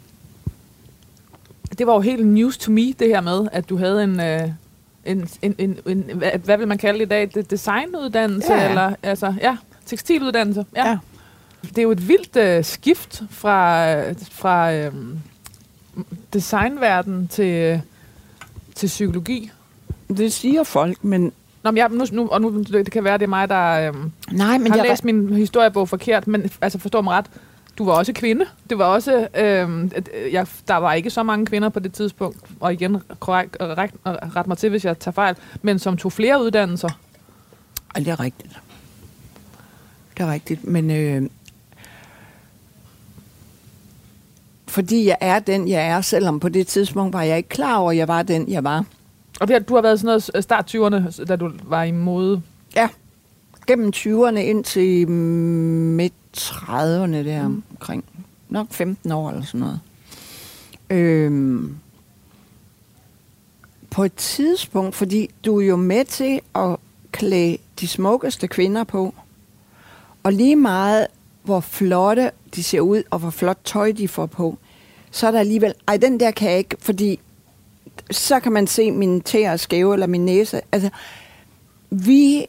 Speaker 3: Det var jo helt news to me, det her med, at du havde en, øh, en, en, en, en hvad, hvad vil man kalde det i dag, det, designuddannelse,
Speaker 4: Ja.
Speaker 3: eller altså, ja, tekstiluddannelse. Ja.
Speaker 4: Ja.
Speaker 3: Det er jo et vildt øh, skift fra, fra øh, designverden til, til psykologi.
Speaker 4: Det siger folk, men...
Speaker 3: Nå, men jeg, nu, nu, og nu det kan være, det er mig, der øh,
Speaker 4: Nej, men
Speaker 3: har
Speaker 4: jeg...
Speaker 3: læst min historiebog forkert, men altså forstår mig ret, du var også kvinde. Det var også, øh, jeg, der var ikke så mange kvinder på det tidspunkt, og igen, korrekt, ret, ret mig til, hvis jeg tager fejl, men som tog flere uddannelser.
Speaker 4: Ej, det er rigtigt. Det er rigtigt, men... Øh, fordi jeg er den, jeg er, selvom på det tidspunkt var jeg ikke klar over, at jeg var den, jeg var.
Speaker 3: Og det, du har været sådan noget start tyverne, da du var i mode.
Speaker 4: Ja, gennem tyverne ind til midt trediverne der mm. omkring. Nok femten år eller sådan noget. Øhm, på et tidspunkt, fordi du er jo med til at klæde de smukkeste kvinder på, og lige meget, hvor flotte de ser ud, og hvor flot tøj de får på, så er der alligevel, ej, den der kan jeg ikke, fordi så kan man se mine tæer skæve, eller min næse. Altså, vi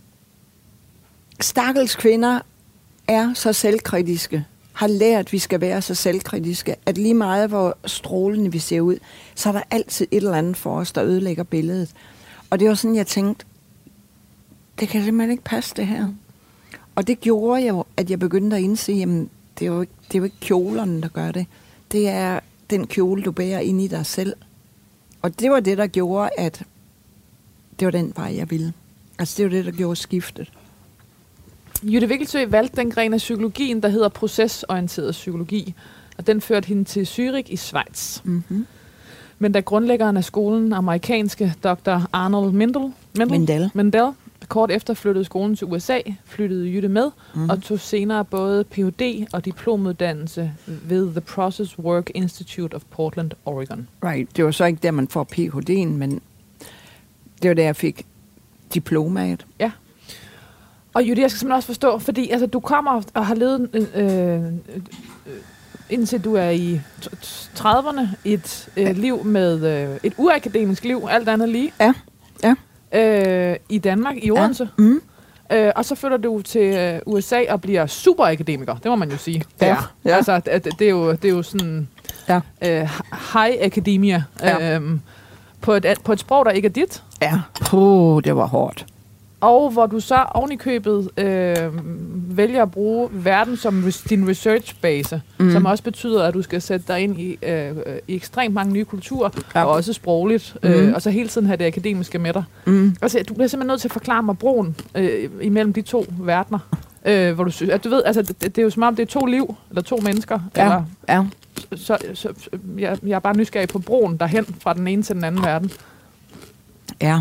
Speaker 4: stakkels kvinder er så selvkritiske, har lært, at vi skal være så selvkritiske, at lige meget, hvor strålende vi ser ud, så er der altid et eller andet for os, der ødelægger billedet. Og det var sådan, jeg tænkte, det kan simpelthen ikke passe, det her. Og det gjorde jo, at jeg begyndte at indse, jamen, det er jo ikke, det er jo ikke kjolerne, der gør det. Det er den kjole, du bærer ind i dig selv. Og det var det, der gjorde, at det var den vej, jeg ville. Altså, det var det, der gjorde skiftet.
Speaker 3: Jytte Vikkelsøe valgte den gren af psykologien, der hedder procesorienteret psykologi, og den førte hende til Zürich i Schweiz.
Speaker 4: Mm-hmm.
Speaker 3: Men da grundlæggeren af skolen, amerikanske doktor Arnold Mindell, Mindell,
Speaker 4: Mindell.
Speaker 3: Mindell kort efter flyttede skolen til U S A, flyttede Jytte med, mm. og tog senere både P H D og diplomuddannelse ved The Process Work Institute of Portland, Oregon.
Speaker 4: Right. Det var så ikke der, man får P H D'en, men det var der, jeg fik diplomaet.
Speaker 3: Ja. Og Jytte, jeg skal simpelthen også forstå, fordi altså, du kommer og har levet, øh, øh, indtil du er i trediverne, et øh, ja. liv med øh, et uakademisk liv, alt andet lige.
Speaker 4: Ja, ja.
Speaker 3: Øh, I Danmark, i Odense.
Speaker 4: Ja. Mm.
Speaker 3: Øh, og så flytter du til øh, U S A og bliver superakademiker. Det må man jo sige. Det
Speaker 4: ja.
Speaker 3: er.
Speaker 4: Ja.
Speaker 3: Altså, det, det, er jo, det er jo sådan
Speaker 4: ja.
Speaker 3: øh, high academia.
Speaker 4: Ja.
Speaker 3: Øh, på, et, på et sprog, der ikke er dit.
Speaker 4: Ja. Puh, det var hårdt.
Speaker 3: Og hvor du så oven i købet øh, vælger at bruge verden som res- din research-base, mm. som også betyder, at du skal sætte dig ind i, øh, i ekstremt mange nye kulturer, ja. og også sprogligt, mm. øh, og så hele tiden have det akademiske med dig. Mm. Altså, du bliver simpelthen nødt til at forklare mig broen øh, imellem de to verdener, øh, hvor du synes, at du ved, altså, det, det er jo som om, det er to liv, eller to mennesker,
Speaker 4: ja.
Speaker 3: eller,
Speaker 4: ja.
Speaker 3: så, så jeg, jeg er bare nysgerrig på broen derhen fra den ene til den anden verden.
Speaker 4: Ja.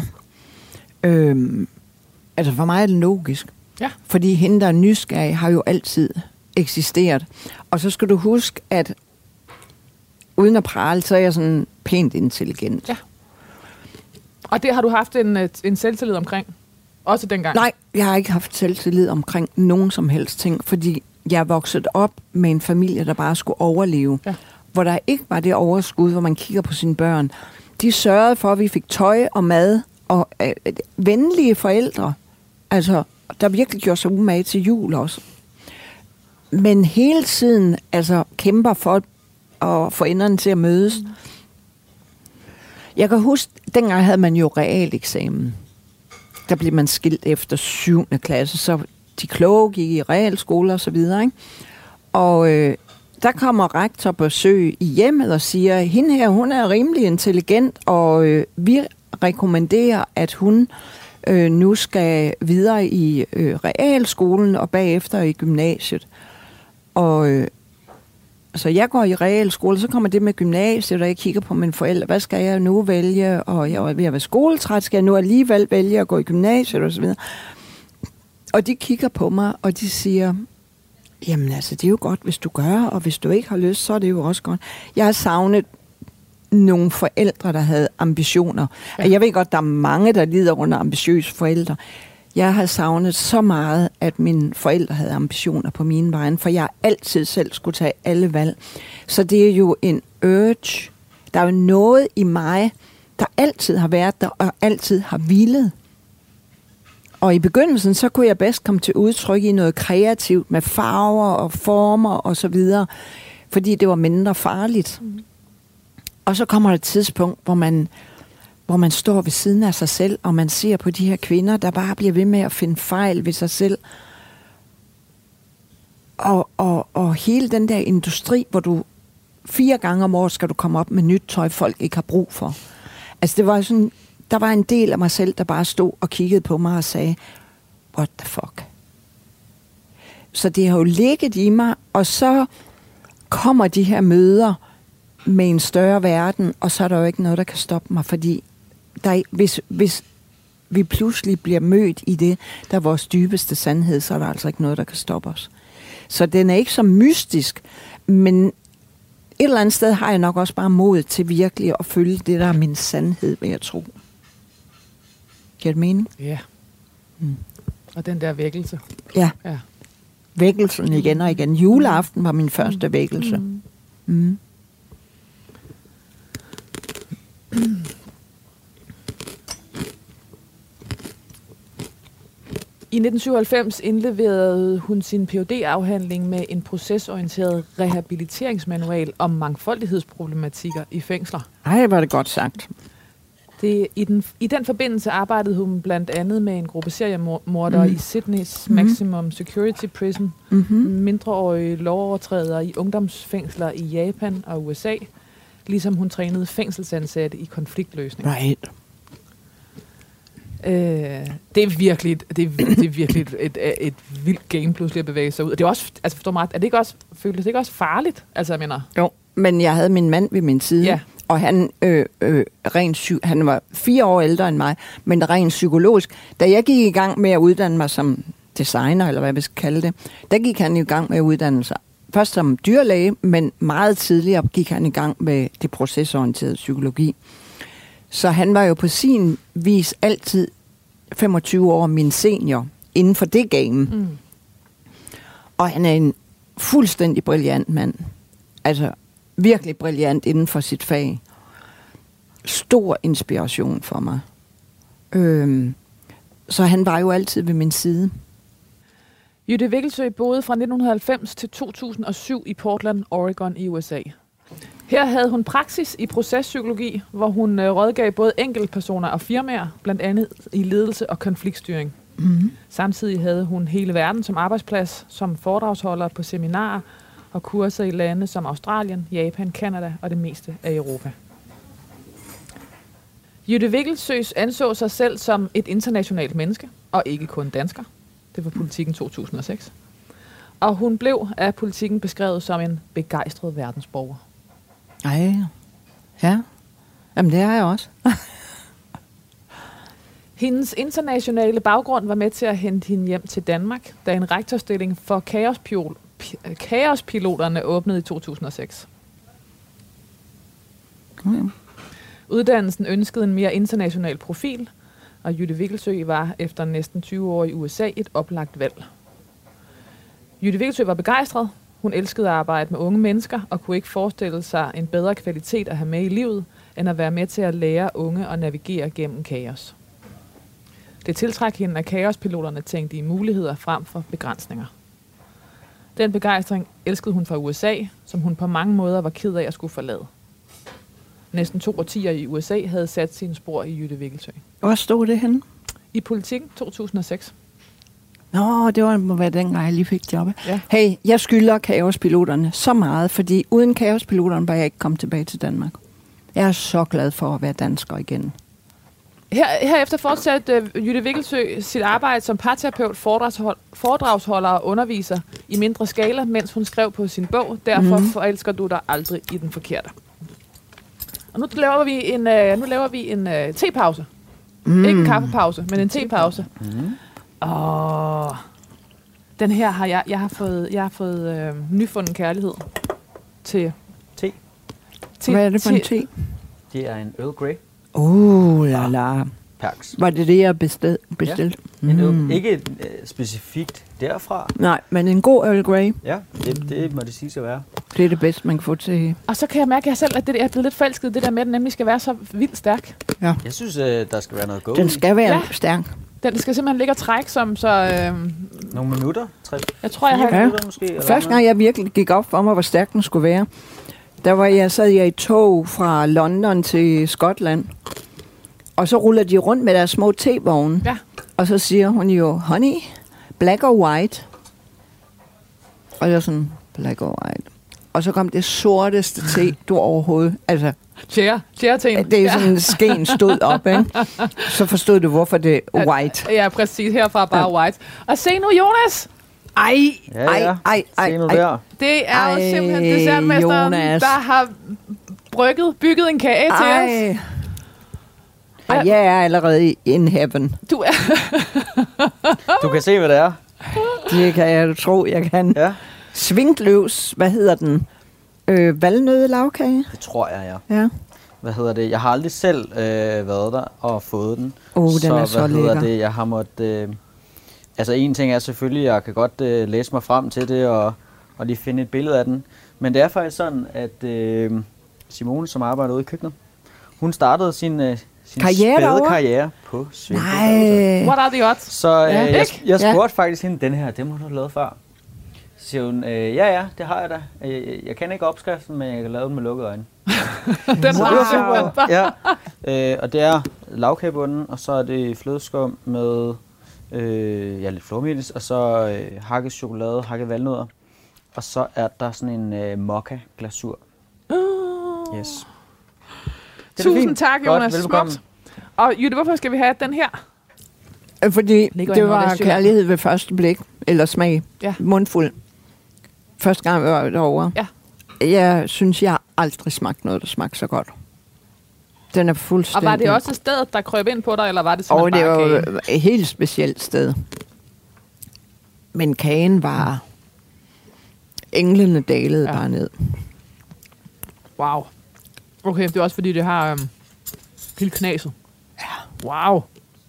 Speaker 4: Øhm. Altså for mig er det logisk.
Speaker 3: Ja.
Speaker 4: Fordi hende, der er nysgerrig, har jo altid eksisteret. Og så skal du huske, at uden at prale, så er jeg sådan pænt intelligent.
Speaker 3: Ja. Og det har du haft en, en selvtillid omkring? Også dengang?
Speaker 4: Nej, jeg har ikke haft selvtillid omkring nogen som helst ting, fordi jeg er vokset op med en familie, der bare skulle overleve. Ja. Hvor der ikke var det overskud, hvor man kigger på sine børn. De sørgede for, at vi fik tøj og mad, og øh, venlige forældre, altså, der virkelig gjorde sig umage til jul også. Men hele tiden altså, kæmper for at få enderne til at mødes. Mm. Jeg kan huske, dengang havde man jo realeksamen. Der blev man skilt efter syvende klasse, så de kloge gik i realskole og så videre. Ikke? Og øh, der kommer rektor på besøg i hjemmet og siger, hende her, hun er rimelig intelligent, og øh, vi rekommenderer, at hun øh, nu skal videre i øh, realskolen og bagefter i gymnasiet. Og øh, så jeg går i realskole, så kommer det med gymnasiet, og jeg kigger på mine forældre, hvad skal jeg nu vælge? Og jeg er ved at være skoletræt, skal jeg nu alligevel vælge at gå i gymnasiet og så videre. Og de kigger på mig, og de siger, jamen altså, det er jo godt, hvis du gør, og hvis du ikke har lyst, så er det jo også godt. Jeg har savnet nogle forældre, der havde ambitioner. Ja. Jeg ved godt, der er mange, der lider under ambitiøse forældre. Jeg har savnet så meget, at mine forældre havde ambitioner på mine vegne, for jeg altid selv skulle tage alle valg. Så det er jo en urge. Der er jo noget i mig, der altid har været der, og altid har villet. Og i begyndelsen, så kunne jeg bedst komme til udtryk i noget kreativt med farver og former og så videre, fordi det var mindre farligt. Mm. Og så kommer der et tidspunkt, hvor man, hvor man står ved siden af sig selv, og man ser på de her kvinder, der bare bliver ved med at finde fejl ved sig selv. Og, og, og hele den der industri, hvor du fire gange om året skal du komme op med nyt tøj, folk ikke har brug for. Altså det var sådan, der var en del af mig selv, der bare stod og kiggede på mig og sagde, what the fuck? Så det har jo ligget i mig, og så kommer de her møder med en større verden, og så er der jo ikke noget, der kan stoppe mig, fordi der, hvis, hvis vi pludselig bliver mødt i det, der er vores dybeste sandhed, så er der altså ikke noget, der kan stoppe os. Så den er ikke så mystisk, men et eller andet sted har jeg nok også bare mod til virkelig at følge det, der er min sandhed, vil jeg tro. Giver det mening?
Speaker 3: Ja.
Speaker 4: Mm.
Speaker 3: Og den der vækkelse.
Speaker 4: Ja.
Speaker 3: Ja.
Speaker 4: Vækkelsen igen og igen. Juleaften var min første mm. vækkelse. Mm. Mm.
Speaker 3: I nitten syvoghalvfems indleverede hun sin P H D-afhandling med en procesorienteret rehabiliteringsmanual om mangfoldighedsproblematikker i fængsler.
Speaker 4: Ej, var det godt sagt.
Speaker 3: Det, i, den, I den forbindelse arbejdede hun blandt andet med en gruppe seriemordere mm. i Sydneys
Speaker 4: mm.
Speaker 3: Maximum Security Prison,
Speaker 4: mm-hmm.
Speaker 3: mindreårige lovovertrædere i ungdomsfængsler i Japan og U S A, ligesom hun trænede fængselsansatte i konfliktløsning.
Speaker 4: Right.
Speaker 3: Øh, det er virkelig, det er, det er virkelig et, et, et, et vildt game pludselig at bevæge sig ud. Det er også, altså forstår mig, er det ikke også, føles det ikke også farligt? Altså jeg mener.
Speaker 4: Jo, men jeg havde min mand ved min side,
Speaker 3: ja.
Speaker 4: Og han, øh, øh, rent psy- han var fire år ældre end mig, men rent psykologisk. Da jeg gik i gang med at uddanne mig som designer, eller hvad vi skal kalde det, der gik han i gang med at uddanne sig. Først som dyrlæge, men meget tidligere gik han i gang med det procesorienterede psykologi. Så han var jo på sin vis altid femogtyve år min senior inden for det game. Mm. Og han er en fuldstændig brilliant mand. Altså virkelig brilliant inden for sit fag. Stor inspiration for mig. Øhm, så han var jo altid ved min side.
Speaker 3: Jytte Vikkelsøe boede fra nitten halvfems til to tusind og syv i Portland, Oregon i U S A. Her havde hun praksis i procespsykologi, hvor hun øh, rådgav både enkeltpersoner og firmaer, blandt andet i ledelse og konfliktstyring. Mm-hmm. Samtidig havde hun hele verden som arbejdsplads, som foredragsholder på seminarer og kurser i lande som Australien, Japan, Canada og det meste af Europa. Jytte Vikkelsøe anså sig selv som et internationalt menneske, og ikke kun dansker. Det var Politiken to tusind og seks. Og hun blev af Politiken beskrevet som en begejstret verdensborger.
Speaker 4: Ej, ja. Jamen, det er jeg også.
Speaker 3: Hendes internationale baggrund var med til at hente hende hjem til Danmark, da en rektorstilling for kaospil- p- kaospiloterne åbnede i to tusind og seks. Okay. Uddannelsen ønskede en mere international profil, og Jytte Vikkelsøe var efter næsten tyve år i U S A et oplagt valg. Jytte Vikkelsøe var begejstret. Hun elskede at arbejde med unge mennesker og kunne ikke forestille sig en bedre kvalitet at have med i livet, end at være med til at lære unge at navigere gennem kaos. Det tiltræk hende, at kaospiloterne tænkte i muligheder frem for begrænsninger. Den begejstring elskede hun fra U S A, som hun på mange måder var ked af at skulle forlade. Næsten to årtier i U S A havde sat sine spor i Jytte Vikkelsøe.
Speaker 4: Hvor stod det henne?
Speaker 3: I Politiken to tusind og seks.
Speaker 4: Nå, det var må være dengang, jeg lige fik jobbet.
Speaker 3: Ja.
Speaker 4: Hey, jeg skylder kaospiloterne så meget, fordi uden kaospiloterne var jeg ikke kommet tilbage til Danmark. Jeg er så glad for at være dansker igen.
Speaker 3: Her, herefter fortsatte uh, Jytte Vikkelsøe sit arbejde som parterapeut, foredragshold, foredragsholder og underviser i mindre skala, mens hun skrev på sin bog, Derfor mm. forelsker du dig aldrig i den forkerte. Og nu laver vi en, uh, nu laver vi en uh, tepause. Mm. Ikke en kaffepause, men en tepause. Mm. Og den her har jeg, jeg har fået, jeg har fået øh, nyfunden kærlighed til
Speaker 5: te.
Speaker 4: Hvad er det for en te?
Speaker 5: Det er en Earl Grey.
Speaker 4: Uh, la la.
Speaker 5: Perks.
Speaker 4: Var det det, jeg bested, bestilte?
Speaker 5: Ja. En Earl, ikke øh, specifikt derfra.
Speaker 4: Nej, men en god Earl Grey.
Speaker 5: Ja, det, det må det sige at være.
Speaker 4: Det er det bedste, man kan få til.
Speaker 3: Og så kan jeg mærke jeg selv, at det der er blevet lidt forelsket, det der med, at den nemlig skal være så vildt stærk.
Speaker 4: Ja.
Speaker 5: Jeg synes, øh, der skal være noget go.
Speaker 4: Den skal være
Speaker 3: Ja.
Speaker 4: stærk.
Speaker 3: Den skal simpelthen ligge og trække som, så... Øh,
Speaker 5: Nogle minutter? Tre,
Speaker 3: jeg tror, jeg har...
Speaker 5: fire
Speaker 4: Ja.
Speaker 5: minutter måske? Eller
Speaker 4: Første gang jeg virkelig gik op for mig, hvor stærk den skulle være, der var jeg, sad jeg i tog fra London til Skotland. Og så ruller de rundt med deres små te-vogne.
Speaker 3: Ja.
Speaker 4: Og så siger hun jo, honey, black or white? Og jeg er sådan, black or white. Og så kom det sorteste te, du overhovedet... Altså,
Speaker 3: Chair. Chair-teen.
Speaker 4: det er sådan, skeen stod op, ikke? Så forstod du, hvorfor det er white.
Speaker 3: Ja, præcis. Herfra bare
Speaker 4: Ja.
Speaker 3: white. Og se nu, Jonas!
Speaker 4: Ej,
Speaker 5: Ja,
Speaker 4: ej,
Speaker 5: ja.
Speaker 4: ej, ej,
Speaker 5: Se nu
Speaker 4: ej.
Speaker 5: der.
Speaker 3: Det er jo
Speaker 4: Ej,
Speaker 3: simpelthen dessertmesteren,
Speaker 4: Jonas.
Speaker 3: der har brygget, bygget en kage til os.
Speaker 4: Ej. Ej, jeg er allerede in heaven.
Speaker 3: Du er...
Speaker 5: Du kan se, hvad det er.
Speaker 4: Det kan jeg tro, jeg kan.
Speaker 5: Ja.
Speaker 4: Svingløvs, hvad hedder den? Øh, valnøde lavkage?
Speaker 5: Det tror jeg, ja.
Speaker 4: Ja.
Speaker 5: Hvad hedder det? Jeg har aldrig selv øh, været der og fået den.
Speaker 4: Åh, oh, den er så
Speaker 5: hvad hedder
Speaker 4: lækker.
Speaker 5: det? Jeg har måttet... Øh, altså, en ting er selvfølgelig, jeg kan godt øh, læse mig frem til det og, og lige finde et billede af den. Men det er faktisk sådan, at øh, Simone, som arbejder ude i køkkenet, hun startede sin, øh, sin
Speaker 4: Karriere
Speaker 5: spæde
Speaker 4: derovre?
Speaker 5: karriere på Svendborg.
Speaker 4: Nej.
Speaker 3: What are the odds?
Speaker 5: Så øh,
Speaker 4: Ja.
Speaker 5: jeg, jeg
Speaker 4: Ja.
Speaker 5: spurgte faktisk hende, den her, det må du have lavet før. Så siger hun, øh, ja ja, det har jeg da. Jeg, jeg, jeg kender ikke opskriften, men jeg kan lave den med lukkede øjne.
Speaker 3: Den
Speaker 5: Så
Speaker 3: har
Speaker 5: det var
Speaker 3: du simpelthen
Speaker 5: super.
Speaker 3: bare.
Speaker 5: Ja. Øh, og det er lavkagebunden, og så er det flødeskum med øh, ja, lidt flormelis, og så øh, hakket chokolade, hakket valnødder. Og så er der sådan en øh, mocha-glasur.
Speaker 3: Uh.
Speaker 5: Yes. Det er
Speaker 3: Tusind
Speaker 5: fint.
Speaker 3: tak,
Speaker 5: Godt,
Speaker 3: Jonas.
Speaker 5: velbekomme.
Speaker 3: Smukt. Og Jytte, hvorfor skal vi have den her?
Speaker 4: Fordi
Speaker 3: Ligger
Speaker 4: det
Speaker 3: i
Speaker 4: var
Speaker 3: Nordvestjylland.
Speaker 4: kærlighed ved første blik, eller smag.
Speaker 3: Ja.
Speaker 4: Mundfuld. Første gang jeg var derovre.
Speaker 3: Ja.
Speaker 4: Jeg synes, jeg har aldrig smagt noget, der smagte så godt. Den er
Speaker 3: Og
Speaker 4: fuldstændig...
Speaker 3: var det også stedet, der krøb ind på dig, eller var det
Speaker 4: Og
Speaker 3: simpelthen
Speaker 4: det
Speaker 3: bare
Speaker 4: var
Speaker 3: kage?
Speaker 4: jo et helt specielt sted. Men kagen var... Englene dalede
Speaker 3: Ja.
Speaker 4: ja. bare ned.
Speaker 3: Wow. Okay, det er også fordi, det har øhm, helt knaset. Ja. Wow.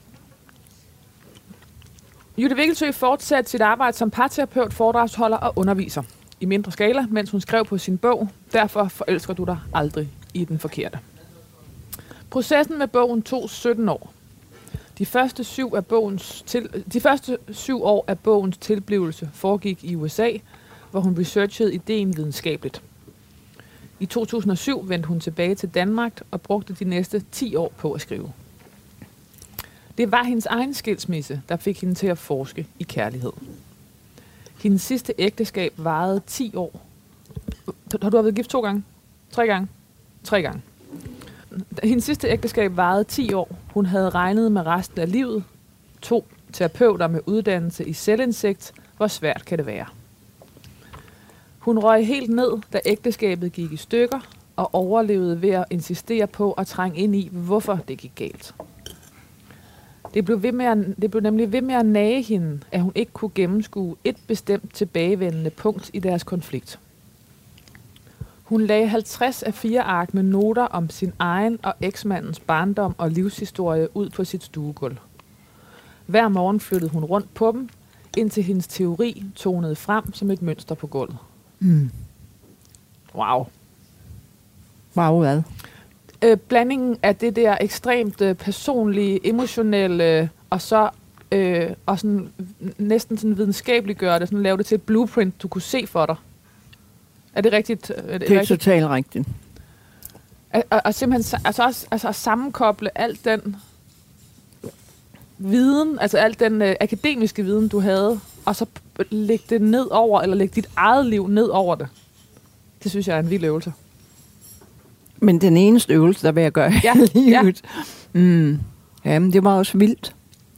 Speaker 3: Jytte Vikkelsø fortsatte sit arbejde som parterapeut, foredragsholder og underviser. I mindre skala, mens hun skrev på sin bog, Derfor forelsker du dig aldrig i den forkerte. Processen med bogen tog sytten år. De første syv, af bogens til, de første syv år af bogens tilblivelse foregik i U S A, hvor hun researchede ideen videnskabeligt. I to tusind og syv vendte hun tilbage til Danmark og brugte de næste ti år på at skrive. Det var hendes egen skilsmisse, der fik hende til at forske i kærlighed. Hendes sidste ægteskab varede ti år. Har du været gift to gange? Tre gange? Tre gange. Hendes sidste ægteskab varede ti år. Hun havde regnet med resten af livet. To terapeuter med uddannelse i selvindsigt. Hvor svært kan det være? Hun røg helt ned, da ægteskabet gik i stykker, og overlevede ved at insistere på at trænge ind i, hvorfor det gik galt. Det blev, ved med at, det blev nemlig ved med at nage hende, at hun ikke kunne gennemskue et bestemt tilbagevendende punkt i deres konflikt. Hun lagde halvtreds af fire ark med noter om sin egen og eksmandens barndom og livshistorie ud på sit stuegulv. Hver morgen flyttede hun rundt på dem, indtil hendes teori tonede frem som et mønster på gulvet.
Speaker 4: Mm.
Speaker 3: Wow.
Speaker 4: Wow, hvad?
Speaker 3: Øh, blandingen af det der ekstremt øh, personlige, emotionelle, og så øh, og sådan, næsten sådan videnskabeligt gøre det, sådan lave det til et blueprint, du kunne se for dig. Er det rigtigt? Er det,
Speaker 4: Det er
Speaker 3: rigtigt?
Speaker 4: totalt rigtigt.
Speaker 3: Og, og, og simpelthen altså også, altså at sammenkoble alt den viden, altså alt den øh, akademiske viden, du havde, og så p- lægge det ned over, eller lægge dit eget liv ned over det. Det synes jeg er en vild øvelse.
Speaker 4: Men den eneste øvelse, der vil jeg gøre
Speaker 3: Ja,
Speaker 4: ja, livet. Ja. Mm. Jamen, det var også vildt.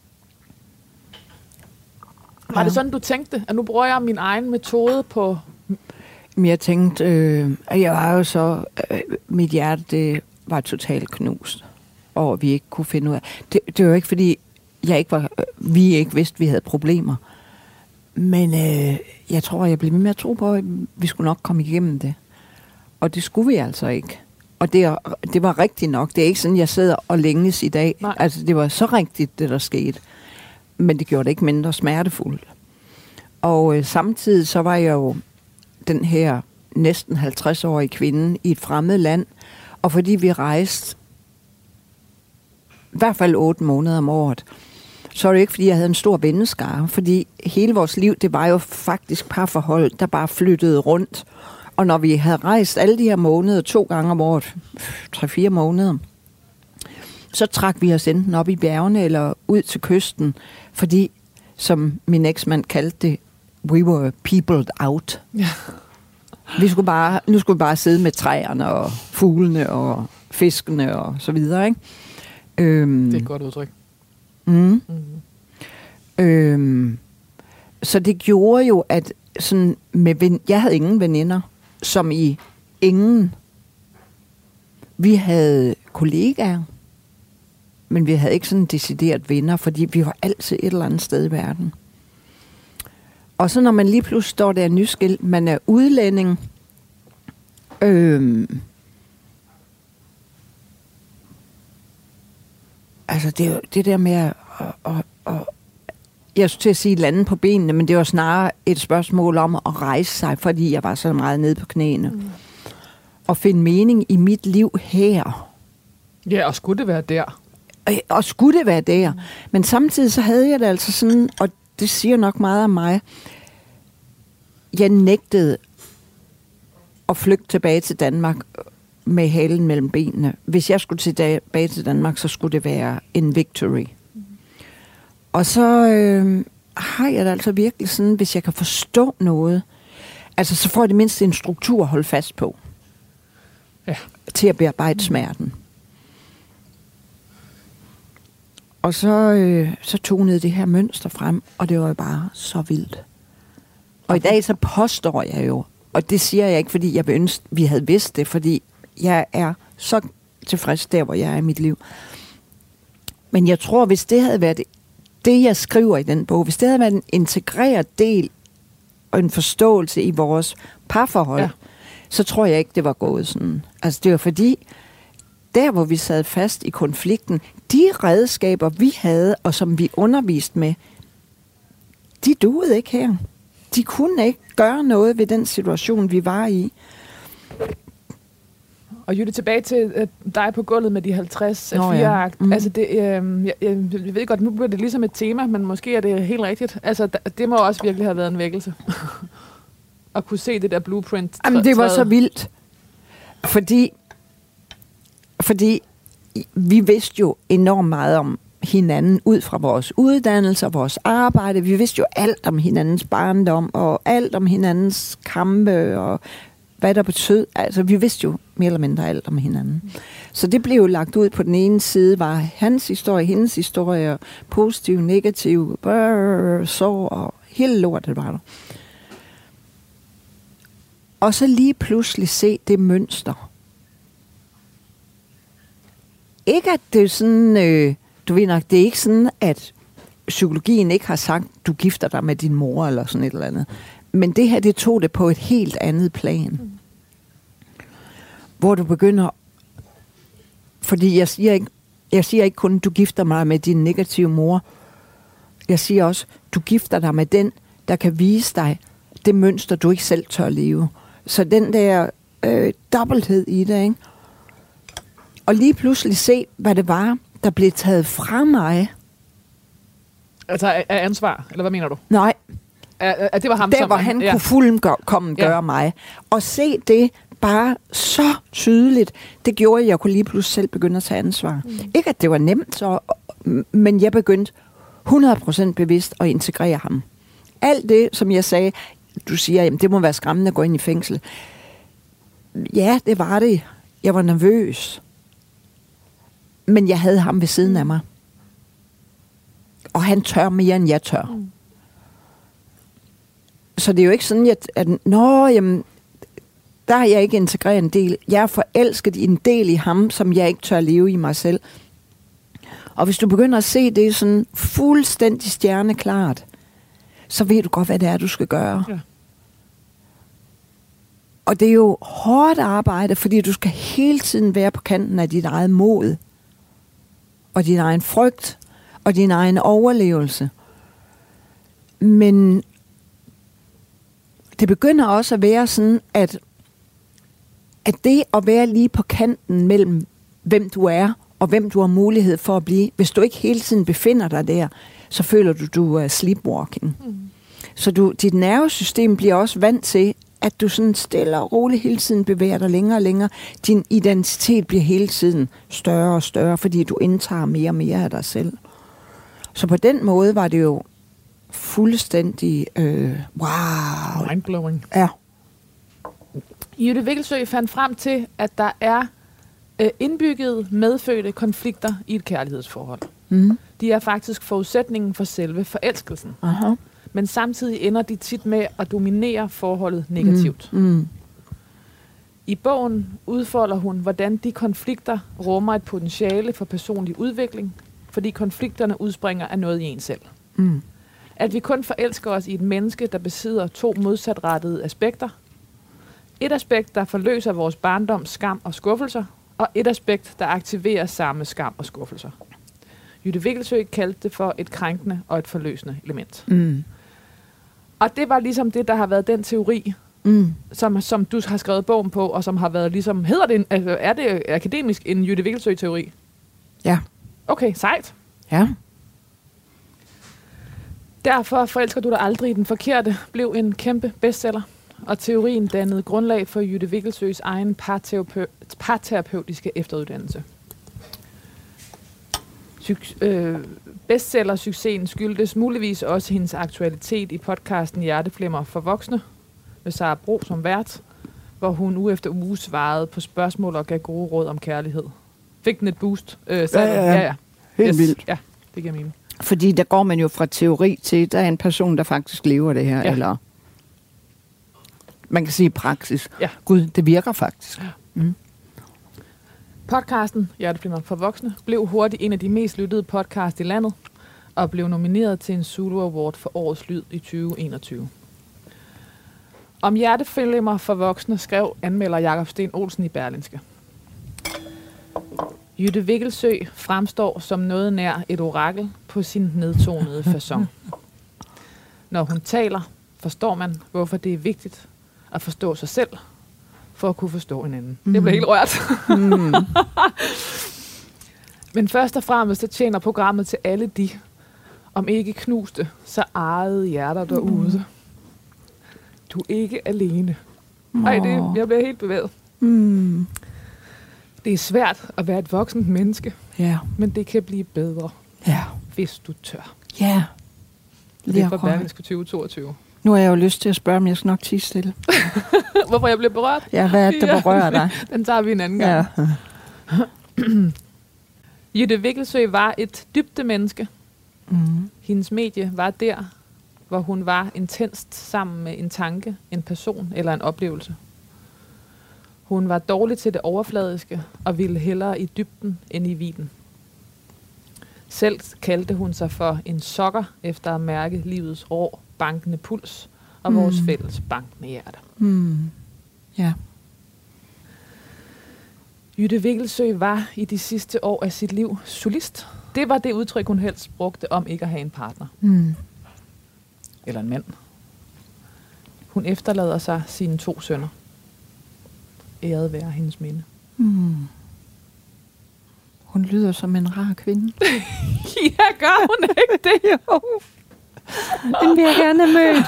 Speaker 3: Var
Speaker 4: Ja.
Speaker 3: det sådan, du tænkte, at nu bruger jeg min egen metode på...
Speaker 4: Men jeg tænkte, øh, at jeg var jo så... Øh, mit hjerte, det var totalt knust. Og vi ikke kunne finde ud af... Det, det var jo ikke, fordi jeg ikke var, øh, vi ikke vidste, at vi havde problemer. Men øh, jeg tror, jeg blev med at tro på, at vi skulle nok komme igennem det. Og det skulle vi altså ikke. Og det, er, det var rigtigt nok. Det er ikke sådan, jeg sidder og længes i dag.
Speaker 3: Nej.
Speaker 4: Altså, det var så rigtigt, det der skete. Men det gjorde det ikke mindre smertefuldt. Og øh, samtidig så var jeg jo den her næsten halvtreds-årige kvinde i et fremmed land. Og fordi vi rejste i hvert fald otte måneder om året, så er det ikke, fordi jeg havde en stor venneskare. Fordi hele vores liv, det var jo faktisk parforhold, der bare flyttede rundt. Og når vi havde rejst alle de her måneder, to gange om året, tre-fire måneder, så trak vi os enten op i bjergene eller ud til kysten, fordi, som min eksmand kaldte det, we were peopled out.
Speaker 3: Ja.
Speaker 4: Vi skulle bare, nu skulle vi bare sidde med træerne og fuglene og fiskene og så videre, ikke? Øhm,
Speaker 3: Det er et godt udtryk.
Speaker 4: Mm.
Speaker 3: Mm.
Speaker 4: Øhm, så det gjorde jo, at sådan med ven, jeg havde ingen veninder, som i ingen. Vi havde kollegaer, men vi havde ikke sådan decideret venner, fordi vi var altid et eller andet sted i verden. Og så når man lige pludselig står der nyskilt, man er udlænding, øhm, altså det er jo det der med at, at, at jeg skulle til at sige lande på benene, men det var snarere et spørgsmål om at rejse sig, fordi jeg var så meget nede på knæene. Mm. Og finde mening i mit liv her.
Speaker 3: Ja, og skulle det være der?
Speaker 4: Og, og skulle det være der. Mm. Men samtidig så havde jeg det altså sådan, og det siger nok meget om mig, jeg nægtede at flygte tilbage til Danmark med halen mellem benene. Hvis jeg skulle tilbage til Danmark, så skulle det være en victory. Og så øh, har jeg det altså virkelig sådan, hvis jeg kan forstå noget, altså så får jeg det mindste en struktur at holde fast på.
Speaker 3: Ja. Til
Speaker 4: at bearbejde smerten. Og så, øh, så tonede det her mønster frem, og det var jo bare så vildt. Og i dag så påstår jeg jo, og det siger jeg ikke, fordi jeg vil ønske, vi havde vidst det, fordi jeg er så tilfreds der, hvor jeg er i mit liv. Men jeg tror, hvis det havde været det, jeg skriver i den bog, hvis det havde været en integreret del og en forståelse i vores parforhold, ja. Så tror jeg ikke, det var gået sådan. Altså det var fordi, der hvor vi sad fast i konflikten, de redskaber, vi havde, og som vi underviste med, de duede ikke her. De kunne ikke gøre noget ved den situation, vi var i.
Speaker 3: Og Jytte, tilbage til uh, dig på gulvet med de halvtreds
Speaker 4: Nå,
Speaker 3: fire
Speaker 4: ja.
Speaker 3: akt.
Speaker 4: Mm.
Speaker 3: Altså det, øh, jeg, jeg ved godt, nu bliver det ligesom et tema, men måske er det helt rigtigt. Altså det må også virkelig have været en vækkelse. At kunne se det der blueprint.
Speaker 4: Jamen, det var så vildt. Fordi, fordi vi vidste jo enormt meget om hinanden ud fra vores uddannelse og vores arbejde. Vi vidste jo alt om hinandens barndom og alt om hinandens kampe og hvad der betød. Altså, vi vidste jo mere eller mindre alt om hinanden. Mm. Så det blev jo lagt ud på den ene side, var hans historie, hendes historie, positiv, negativ, brrr, sår og hele lortet var der. Og så lige pludselig se det mønster. Ikke at det er sådan, øh, du ved nok, det er ikke sådan, at psykologien ikke har sagt, du gifter dig med din mor eller sådan et eller andet. Men det her, det tog det på et helt andet plan. Mm. Hvor du begynder, fordi jeg siger ikke, jeg siger ikke kun, du gifter mig med din negative mor. Jeg siger også, du gifter dig med den, der kan vise dig det mønster, du ikke selv tør leve. Så den der øh, dobbelthed i det, ikke? Og lige pludselig se, hvad det var, der blev taget fra mig.
Speaker 3: Altså af ansvar, eller hvad mener du?
Speaker 4: Nej.
Speaker 3: At, at det var ham,
Speaker 4: der,
Speaker 3: som,
Speaker 4: hvor han
Speaker 3: ja.
Speaker 4: kunne fuldkommen gøre ja. mig. Og se det bare så tydeligt, det gjorde, at jeg kunne lige pludselig selv begynde at tage ansvar. Mm. Ikke, at det var nemt, så, men jeg begyndte hundrede procent bevidst at integrere ham. Alt det, som jeg sagde, du siger, jamen, det må være skræmmende at gå ind i fængsel. Ja, det var det. Jeg var nervøs. Men jeg havde ham ved siden af mig. Og han tør mere, end jeg tør. Mm. Så det er jo ikke sådan, at, at nå, jamen, der er jeg ikke integreret en del. Jeg er forelsket i en del i ham, som jeg ikke tør leve i mig selv. Og hvis du begynder at se det sådan fuldstændig stjerneklart, så ved du godt, hvad det er, du skal gøre. Ja. Og det er jo hårdt arbejde, fordi du skal hele tiden være på kanten af dit eget mod, og din egen frygt, og din egen overlevelse. Men det begynder også at være sådan, at, at det at være lige på kanten mellem, hvem du er, og hvem du har mulighed for at blive, hvis du ikke hele tiden befinder dig der, så føler du, du er sleepwalking. Mm. Så du, dit nervesystem bliver også vant til, at du sådan stille og roligt hele tiden bevæger dig længere og længere. Din identitet bliver hele tiden større og større, fordi du indtager mere og mere af dig selv. Så på den måde var det jo fuldstændig øh, wow.
Speaker 3: Mindblowing.
Speaker 4: Ja.
Speaker 3: Jytte Vikkelsøe fandt frem til, at der er øh, indbygget medfødte konflikter i et kærlighedsforhold.
Speaker 4: Mm.
Speaker 3: De er faktisk forudsætningen for selve forelskelsen.
Speaker 4: Aha.
Speaker 3: Men samtidig ender de tit med at dominere forholdet negativt.
Speaker 4: Mm. Mm.
Speaker 3: I bogen udfolder hun, hvordan de konflikter rummer et potentiale for personlig udvikling, fordi konflikterne udspringer af noget i en selv.
Speaker 4: Mm.
Speaker 3: At vi kun forelsker os i et menneske, der besidder to modsatrettede aspekter. Et aspekt, der forløser vores barndoms skam og skuffelser, og et aspekt, der aktiverer samme skam og skuffelser. Jytte Vikkelsøe kaldte det for et krænkende og et forløsende element.
Speaker 4: Mm.
Speaker 3: Og det var ligesom det, der har været den teori, mm. som, som du har skrevet bogen på, og som har været ligesom, hedder det, en, altså, er det akademisk en Jytte Vikkelsøe-teori?
Speaker 4: Ja.
Speaker 3: Okay, sejt.
Speaker 4: Ja.
Speaker 3: Derfor forelsker du dig aldrig i den forkerte, blev en kæmpe bestseller, og teorien dannede grundlag for Jytte Vikkelsøes egen parterapeut, parterapeutiske efteruddannelse. Sy- øh, bestseller-succesen skyldtes muligvis også hendes aktualitet i podcasten Hjerteflimmer for voksne, med Sara Bro som vært, hvor hun uge efter uge svarede på spørgsmål og gav gode råd om kærlighed. Fik den et boost? Øh,
Speaker 4: ja, ja, ja.
Speaker 3: ja, ja.
Speaker 4: Helt
Speaker 3: Yes.
Speaker 4: vildt.
Speaker 3: Ja, det giver mening.
Speaker 4: Fordi der går man jo fra teori til, der er en person, der faktisk lever det her, ja. Eller man kan sige praksis.
Speaker 3: Ja.
Speaker 4: Gud, det virker faktisk. Ja. Mm.
Speaker 3: Podcasten Hjerteflimmer for voksne blev hurtigt en af de mest lyttede podcast i landet, og blev nomineret til en Zulu Award for Årets Lyd i tyve enogtyve. Om Hjerteflimmer for voksne skrev anmelder Jakob Sten Olsen i Berlingske. Jytte Vikkelsøe fremstår som noget nær et orakel på sin nedtonede facon. Når hun taler, forstår man, hvorfor det er vigtigt at forstå sig selv, for at kunne forstå hinanden. Mm. Det bliver helt rørt. Mm. Men først og fremmest så tjener programmet til alle de, om ikke knuste, så ejede hjerter derude. Mm. Du er ikke alene. Ej, det, jeg bliver helt bevæget. Mm. Det er svært at være et voksent menneske,
Speaker 4: ja.
Speaker 3: Men det kan blive bedre,
Speaker 4: ja.
Speaker 3: Hvis du tør.
Speaker 4: Ja.
Speaker 3: Det er fra Berlingske tyve toogtyve.
Speaker 4: Nu har jeg jo lyst til at spørge, om jeg skal nok tie stille.
Speaker 3: Hvorfor jeg blev berørt?
Speaker 4: Ja, hvad er det, der berører dig?
Speaker 3: Den tager vi en anden gang. Ja. Jytte Vikkelsøe var et dybde menneske. Mm. Hendes medie var der, hvor hun var intenst sammen med en tanke, en person eller en oplevelse. Hun var dårlig til det overfladiske og ville hellere i dybden end i vidden. Selv kaldte hun sig for en sokker efter at mærke livets rå, bankende puls og mm. vores fælles bankende hjerte.
Speaker 4: Mm. Ja.
Speaker 3: Jytte Vikkelsøe var i de sidste år af sit liv solist. Det var det udtryk, hun helst brugte om ikke at have en partner. Mm. Eller en mand. Hun efterlader sig sine to sønner. Æret være hendes minde. Mm.
Speaker 4: Hun lyder som en rar kvinde.
Speaker 3: Ja, gør hun ikke det?
Speaker 4: Jo. Den vil jeg gerne møde.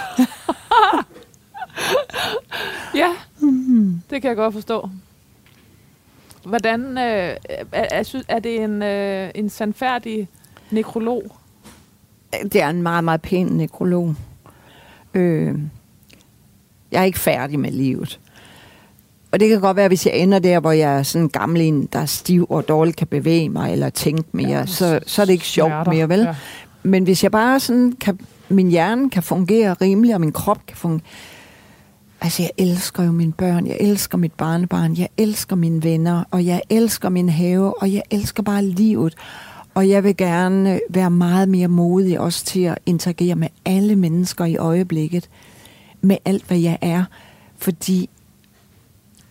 Speaker 3: Ja, mm. Det kan jeg godt forstå. Hvordan øh, er, er, er det en, øh, en sandfærdig nekrolog?
Speaker 4: Det er en meget, meget pæn nekrolog. Øh, jeg er ikke færdig med livet. Og det kan godt være, hvis jeg ender der, hvor jeg er sådan gammel en, der er stiv og dårligt kan bevæge mig eller tænke mere, ja, så, så er det ikke sjovt smerter. Mere, vel? Ja. Men hvis jeg bare sådan kan, min hjerne kan fungere rimeligt, og min krop kan fungere. Altså, jeg elsker jo mine børn, jeg elsker mit barnebarn, jeg elsker mine venner, og jeg elsker min have, og jeg elsker bare livet. Og jeg vil gerne være meget mere modig også til at interagere med alle mennesker i øjeblikket, med alt, hvad jeg er. Fordi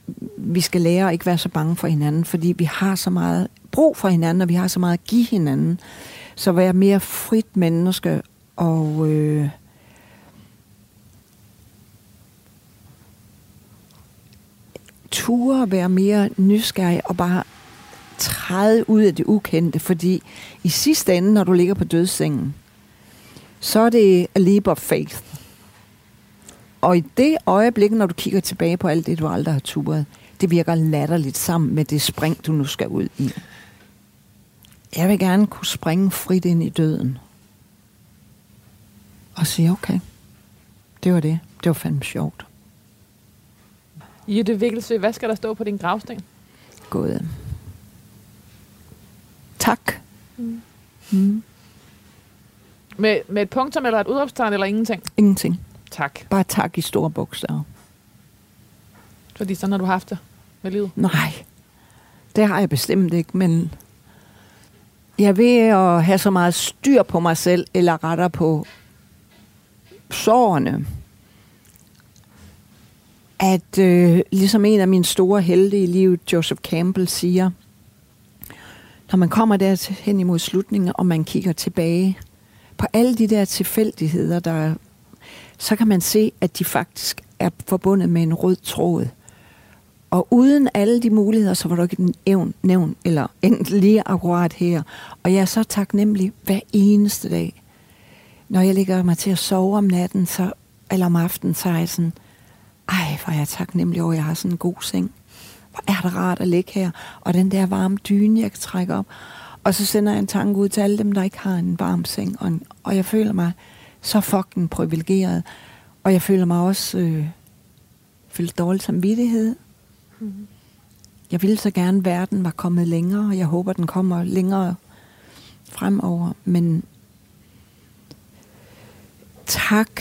Speaker 4: vi skal lære at ikke være så bange for hinanden, fordi vi har så meget brug for hinanden, og vi har så meget at give hinanden. Så være mere frit menneske, og øh, ture være mere nysgerrig, og bare træde ud af det ukendte, fordi i sidste ende, når du ligger på dødssengen, så er det a leap of faith. Og i det øjeblik, når du kigger tilbage på alt det, du aldrig har turet, det virker latterligt sammen med det spring, du nu skal ud i. Jeg vil gerne kunne springe frit ind i døden. Og sige, okay, det var det. Det var fandme sjovt.
Speaker 3: Jytte Vikkelsøe, hvad skal der stå på din gravsten?
Speaker 4: God. Tak.
Speaker 3: Mm.
Speaker 4: Mm.
Speaker 3: Med, med et punktum eller et udråbstegn eller ingenting?
Speaker 4: Ingenting.
Speaker 3: Tak.
Speaker 4: Bare tak i store bogstaver.
Speaker 3: Fordi sådan har du haft det med livet?
Speaker 4: Nej, det har jeg bestemt ikke, men jeg ved at have så meget styr på mig selv, eller retter på sårene, at øh, ligesom en af mine store helte i livet, Joseph Campbell, siger, når man kommer der hen imod slutningen, og man kigger tilbage på alle de der tilfældigheder, der, så kan man se, at de faktisk er forbundet med en rød tråd. Og uden alle de muligheder, så var du ikke en nævn, eller endt lige akkurat her. Og jeg er så taknemmelig hver eneste dag. Når jeg ligger mig til at sove om natten, så, eller om aftenen, så er jeg sådan, ej, hvor er jeg taknemmelig over, at jeg har sådan en god seng. Hvor er det rart at ligge her. Og den der varme dyne, jeg kan trække op. Og så sender jeg en tanke ud til alle dem, der ikke har en varm seng. Og, en, og jeg føler mig så fucking privilegeret. Og jeg føler mig også øh, føler dårlig samvittighed. Mm-hmm. Jeg ville så gerne, at verden var kommet længere, og jeg håber, den kommer længere fremover. Men tak.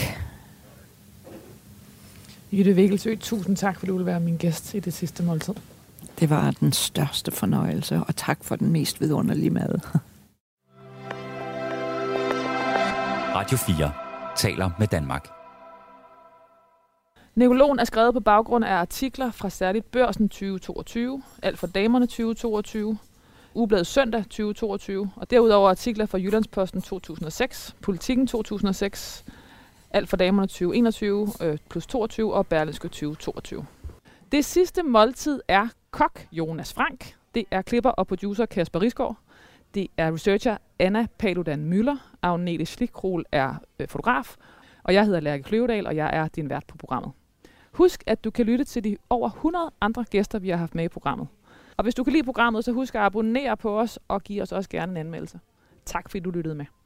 Speaker 3: Jytte Vikkelsøe, tusind tak, fordi du ville være min gæst i det sidste måltid.
Speaker 4: Det var den største fornøjelse, og tak for den mest vidunderlige mad.
Speaker 2: Radio fire taler med Danmark.
Speaker 3: Nekrologen er skrevet på baggrund af artikler fra særligt Børsen tyve toogtyve, Alt for damerne tyve toogtyve, Ugebladet Søndag tyve toogtyve, og derudover artikler fra Jyllandsposten to tusind og seks, Politikken to tusind og seks, Alt for damerne tyve enogtyve øh, plus toogtyve og Berlingske tyve toogtyve. Det sidste måltid er kok Jonas Frank. Det er klipper og producer Kasper Risgaard. Det er researcher Anna Paludan Müller. Agnete Schlickrohl er øh, fotograf. Og jeg hedder Lærke Kløvedal, og jeg er din vært på programmet. Husk, at du kan lytte til de over hundrede andre gæster, vi har haft med i programmet. Og hvis du kan lide programmet, så husk at abonnere på os og give os også gerne en anmeldelse. Tak fordi du lyttede med.